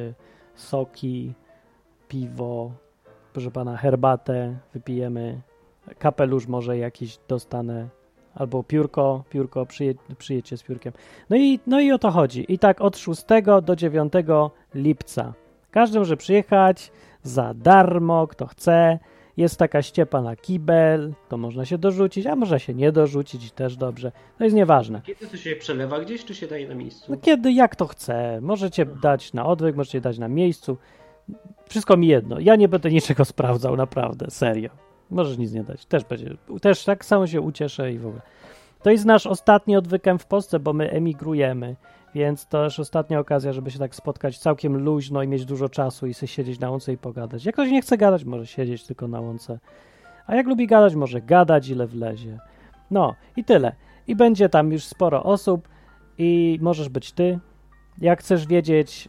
soki, piwo, proszę pana, herbatę wypijemy, kapelusz może jakiś dostanę, albo piórko przyjedźcie z piórkiem. No i o to chodzi. I tak od 6 do 9 lipca. Każdy może przyjechać za darmo, kto chce. Jest taka ściepa na kibel, to można się dorzucić, a można się nie dorzucić i też dobrze. To jest nieważne. Kiedy to się przelewa gdzieś, czy się daje na miejscu? No kiedy, jak to chce. Możecie dać na odwyk, możecie dać na miejscu. Wszystko mi jedno. Ja nie będę niczego sprawdzał, naprawdę, serio. Możesz nic nie dać. Też tak samo się ucieszę i w ogóle. To jest nasz ostatni odwykem w Polsce, bo my emigrujemy, więc to też ostatnia okazja, żeby się tak spotkać całkiem luźno i mieć dużo czasu i sobie siedzieć na łące i pogadać. Jak ktoś nie chce gadać, może siedzieć tylko na łące. A jak lubi gadać, może gadać ile wlezie. No i tyle. I będzie tam już sporo osób i możesz być ty. Jak chcesz wiedzieć,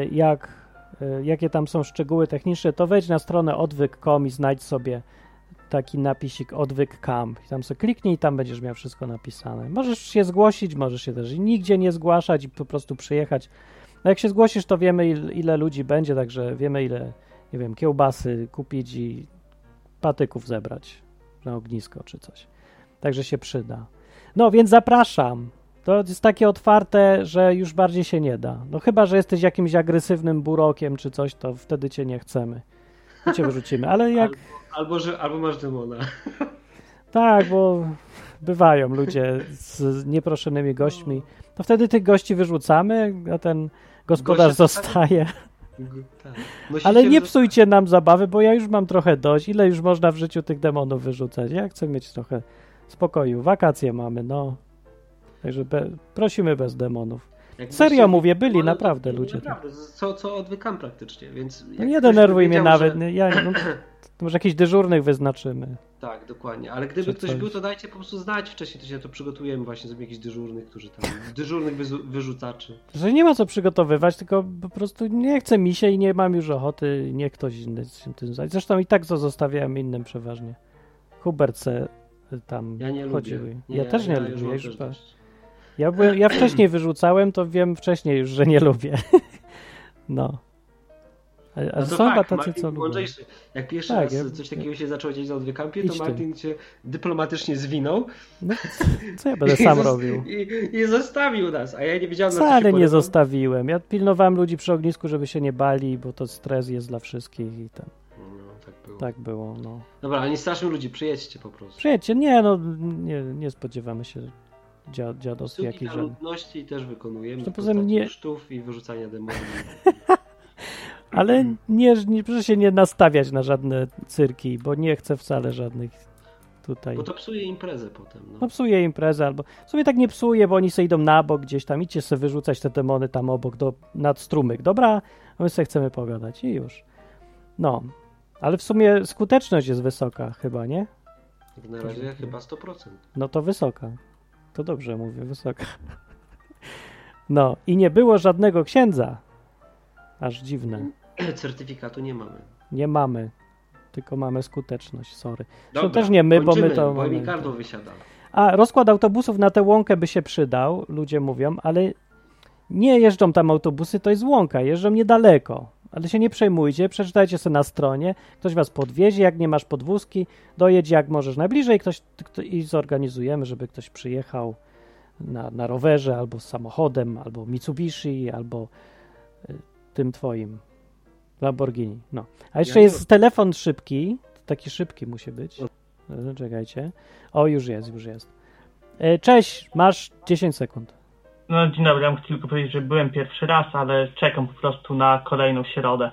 jakie tam są szczegóły techniczne, to wejdź na stronę odwyk.com i znajdź sobie taki napisik Odwyk Camp. I tam sobie kliknij i tam będziesz miał wszystko napisane. Możesz się zgłosić, możesz się też nigdzie nie zgłaszać i po prostu przyjechać. No jak się zgłosisz, to wiemy ile ludzi będzie, także wiemy ile, nie wiem, kiełbasy kupić i patyków zebrać na ognisko czy coś. Także się przyda. No więc zapraszam. To jest takie otwarte, że już bardziej się nie da. No chyba, że jesteś jakimś agresywnym burokiem czy coś, to wtedy cię nie chcemy. I cię wyrzucimy, ale jak... Albo masz demona. Tak, bo bywają ludzie z nieproszonymi gośćmi. To wtedy tych gości wyrzucamy, a ten gospodarz zostaje. Tak. Ale nie psujcie nam zabawy, bo ja już mam trochę dość. Ile już można w życiu tych demonów wyrzucać? Ja chcę mieć trochę spokoju. Wakacje mamy, no. Także prosimy bez demonów. Serio mówię, byli naprawdę ludzie. Naprawdę, co odwykam praktycznie, więc... No nie denerwuj mnie nawet. To może jakichś dyżurnych wyznaczymy. Tak, dokładnie. Ale gdyby ktoś był, to dajcie po prostu znać wcześniej, to się to przygotujemy właśnie, zrobimy jakichś dyżurnych, którzy tam... dyżurnych wyrzucaczy. Że nie ma co przygotowywać, tylko po prostu nie chce mi się i nie mam już ochoty, niech ktoś inny się tym zająć. Zresztą i tak to zostawiałem innym przeważnie. Hubert se tam chodził. Ja też nie lubię. Ja wcześniej wyrzucałem, to wiem wcześniej już, że nie lubię. No. A no są tak, tacy, Martin, co lubią. Jak pierwszy raz coś takiego się zaczęło dziać na odwykampie, to Martin cię dyplomatycznie zwinął. No, co ja będę sam robił? I zostawił nas, a ja nie wiedziałem, wcale nie zostawiłem. Ja pilnowałem ludzi przy ognisku, żeby się nie bali, bo to stres jest dla wszystkich i tam. No, tak było, no. Dobra, ale nie straszmy ludzi, przyjedźcie po prostu. Przyjedźcie, nie spodziewamy się dziadostw jakichś. Dla ludności też wykonujemy. To poza mnie kosztów i wyrzucania demonów. Ale proszę się nie nastawiać na żadne cyrki, bo nie chcę wcale żadnych tutaj. Bo to psuje imprezę potem. No psuje imprezę, albo w sumie tak nie psuje, bo oni sobie idą na bok gdzieś tam, idźcie sobie wyrzucać te demony tam obok, nad strumyk. Dobra, a my sobie chcemy pogadać i już. No, ale w sumie skuteczność jest wysoka chyba, nie? Na razie chyba 100%. No to wysoka. To dobrze mówię, wysoka. No i nie było żadnego księdza. Aż dziwne. Certyfikatu nie mamy. Nie mamy. Tylko mamy skuteczność, sorry. Dobra, też nie my, kończymy, bo my to bo mamy. mi gardło wysiada. A rozkład autobusów na tę łąkę by się przydał, ludzie mówią, ale nie jeżdżą tam autobusy, to jest łąka, jeżdżą niedaleko. Ale się nie przejmujcie, przeczytajcie sobie na stronie, ktoś was podwiezie, jak nie masz podwózki, dojedź jak możesz najbliżej i zorganizujemy, żeby ktoś przyjechał na rowerze, albo z samochodem, albo Mitsubishi, albo tym twoim Lamborghini. No. A jeszcze jest telefon szybki, taki szybki musi być. Czekajcie. O, już jest. Cześć, masz 10 sekund. No dzień dobry, ja muszę tylko powiedzieć, że byłem pierwszy raz, ale czekam po prostu na kolejną środę.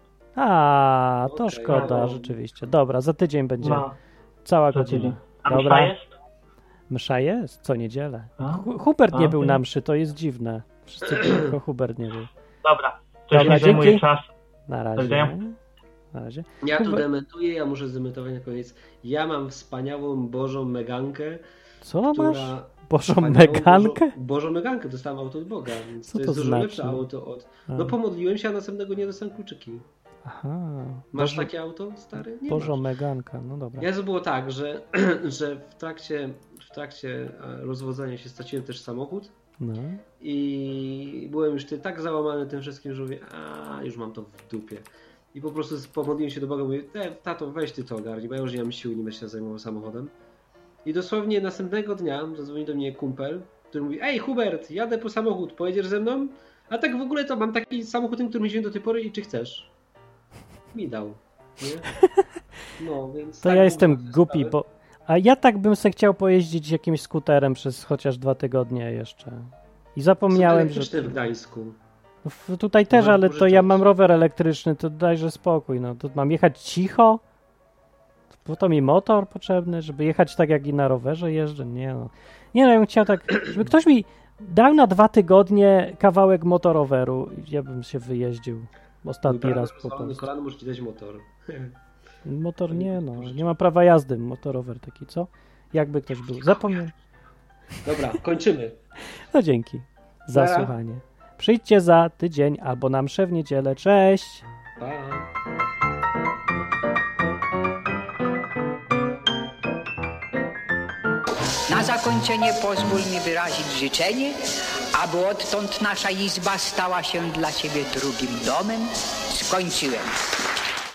A, to szkoda, rzeczywiście. Dobra, za tydzień będzie cała godzina. A msza jest? Msza jest? Co niedzielę. Hubert nie był na mszy, to jest dziwne. Wszyscy tylko Hubert nie był. Dobra, to już nie zajmuje czas. Na razie. na razie. Ja tu dementuję, ja muszę zdementować na koniec. Ja mam wspaniałą Bożą Megankę. Co która... masz? Bożą Megankę? Bożą Megankę, dostałem auto od Boga, więc co to jest dużo znaczy? lepsze auto od... No pomodliłem się, a następnego dnia dostałem kluczyki. Aha. Masz takie auto, stary? Nie Bożą masz. Meganka, no dobra. Ja to było tak, że w trakcie rozwodzenia się straciłem też samochód. No. I byłem już tak załamany tym wszystkim, że mówię, już mam to w dupie. I po prostu pomodliłem się do Boga, mówię, tato, weź ty to ogarnij, bo ja już nie mam sił, nie będę się zajmował samochodem. I dosłownie następnego dnia zadzwonił do mnie kumpel, który mówi, ej Hubert, jadę po samochód, pojedziesz ze mną? A tak w ogóle to mam taki samochód, którym jeździłem do tej pory i czy chcesz? Mi dał. Nie? No, więc to tak ja jestem głupi, sprawy. bo... A ja tak bym se chciał pojeździć jakimś skuterem przez chociaż 2 tygodnie jeszcze. I zapomniałem, że... w Gdańsku. Tutaj też, No, ale to ja mam rower elektryczny, to dajże spokój. No to mam jechać cicho? Po to mi motor potrzebny, żeby jechać tak jak i na rowerze jeżdżę? Nie no. Nie no, ja bym chciał tak, żeby ktoś mi dał na 2 tygodnie kawałek motoroweru i ja bym się wyjeździł ostatni raz po prostu. Kolano muszę ci dać motor. Motor nie no, nie ma prawa jazdy, motorower taki, co? Jakby ktoś był. Zapomniałem. Dobra, kończymy. No dzięki za słuchanie. Przyjdźcie za tydzień albo na mszę w niedzielę. Cześć! Pa. Na zakończenie pozwól mi wyrazić życzenie, aby odtąd nasza izba stała się dla Ciebie drugim domem. Skończyłem.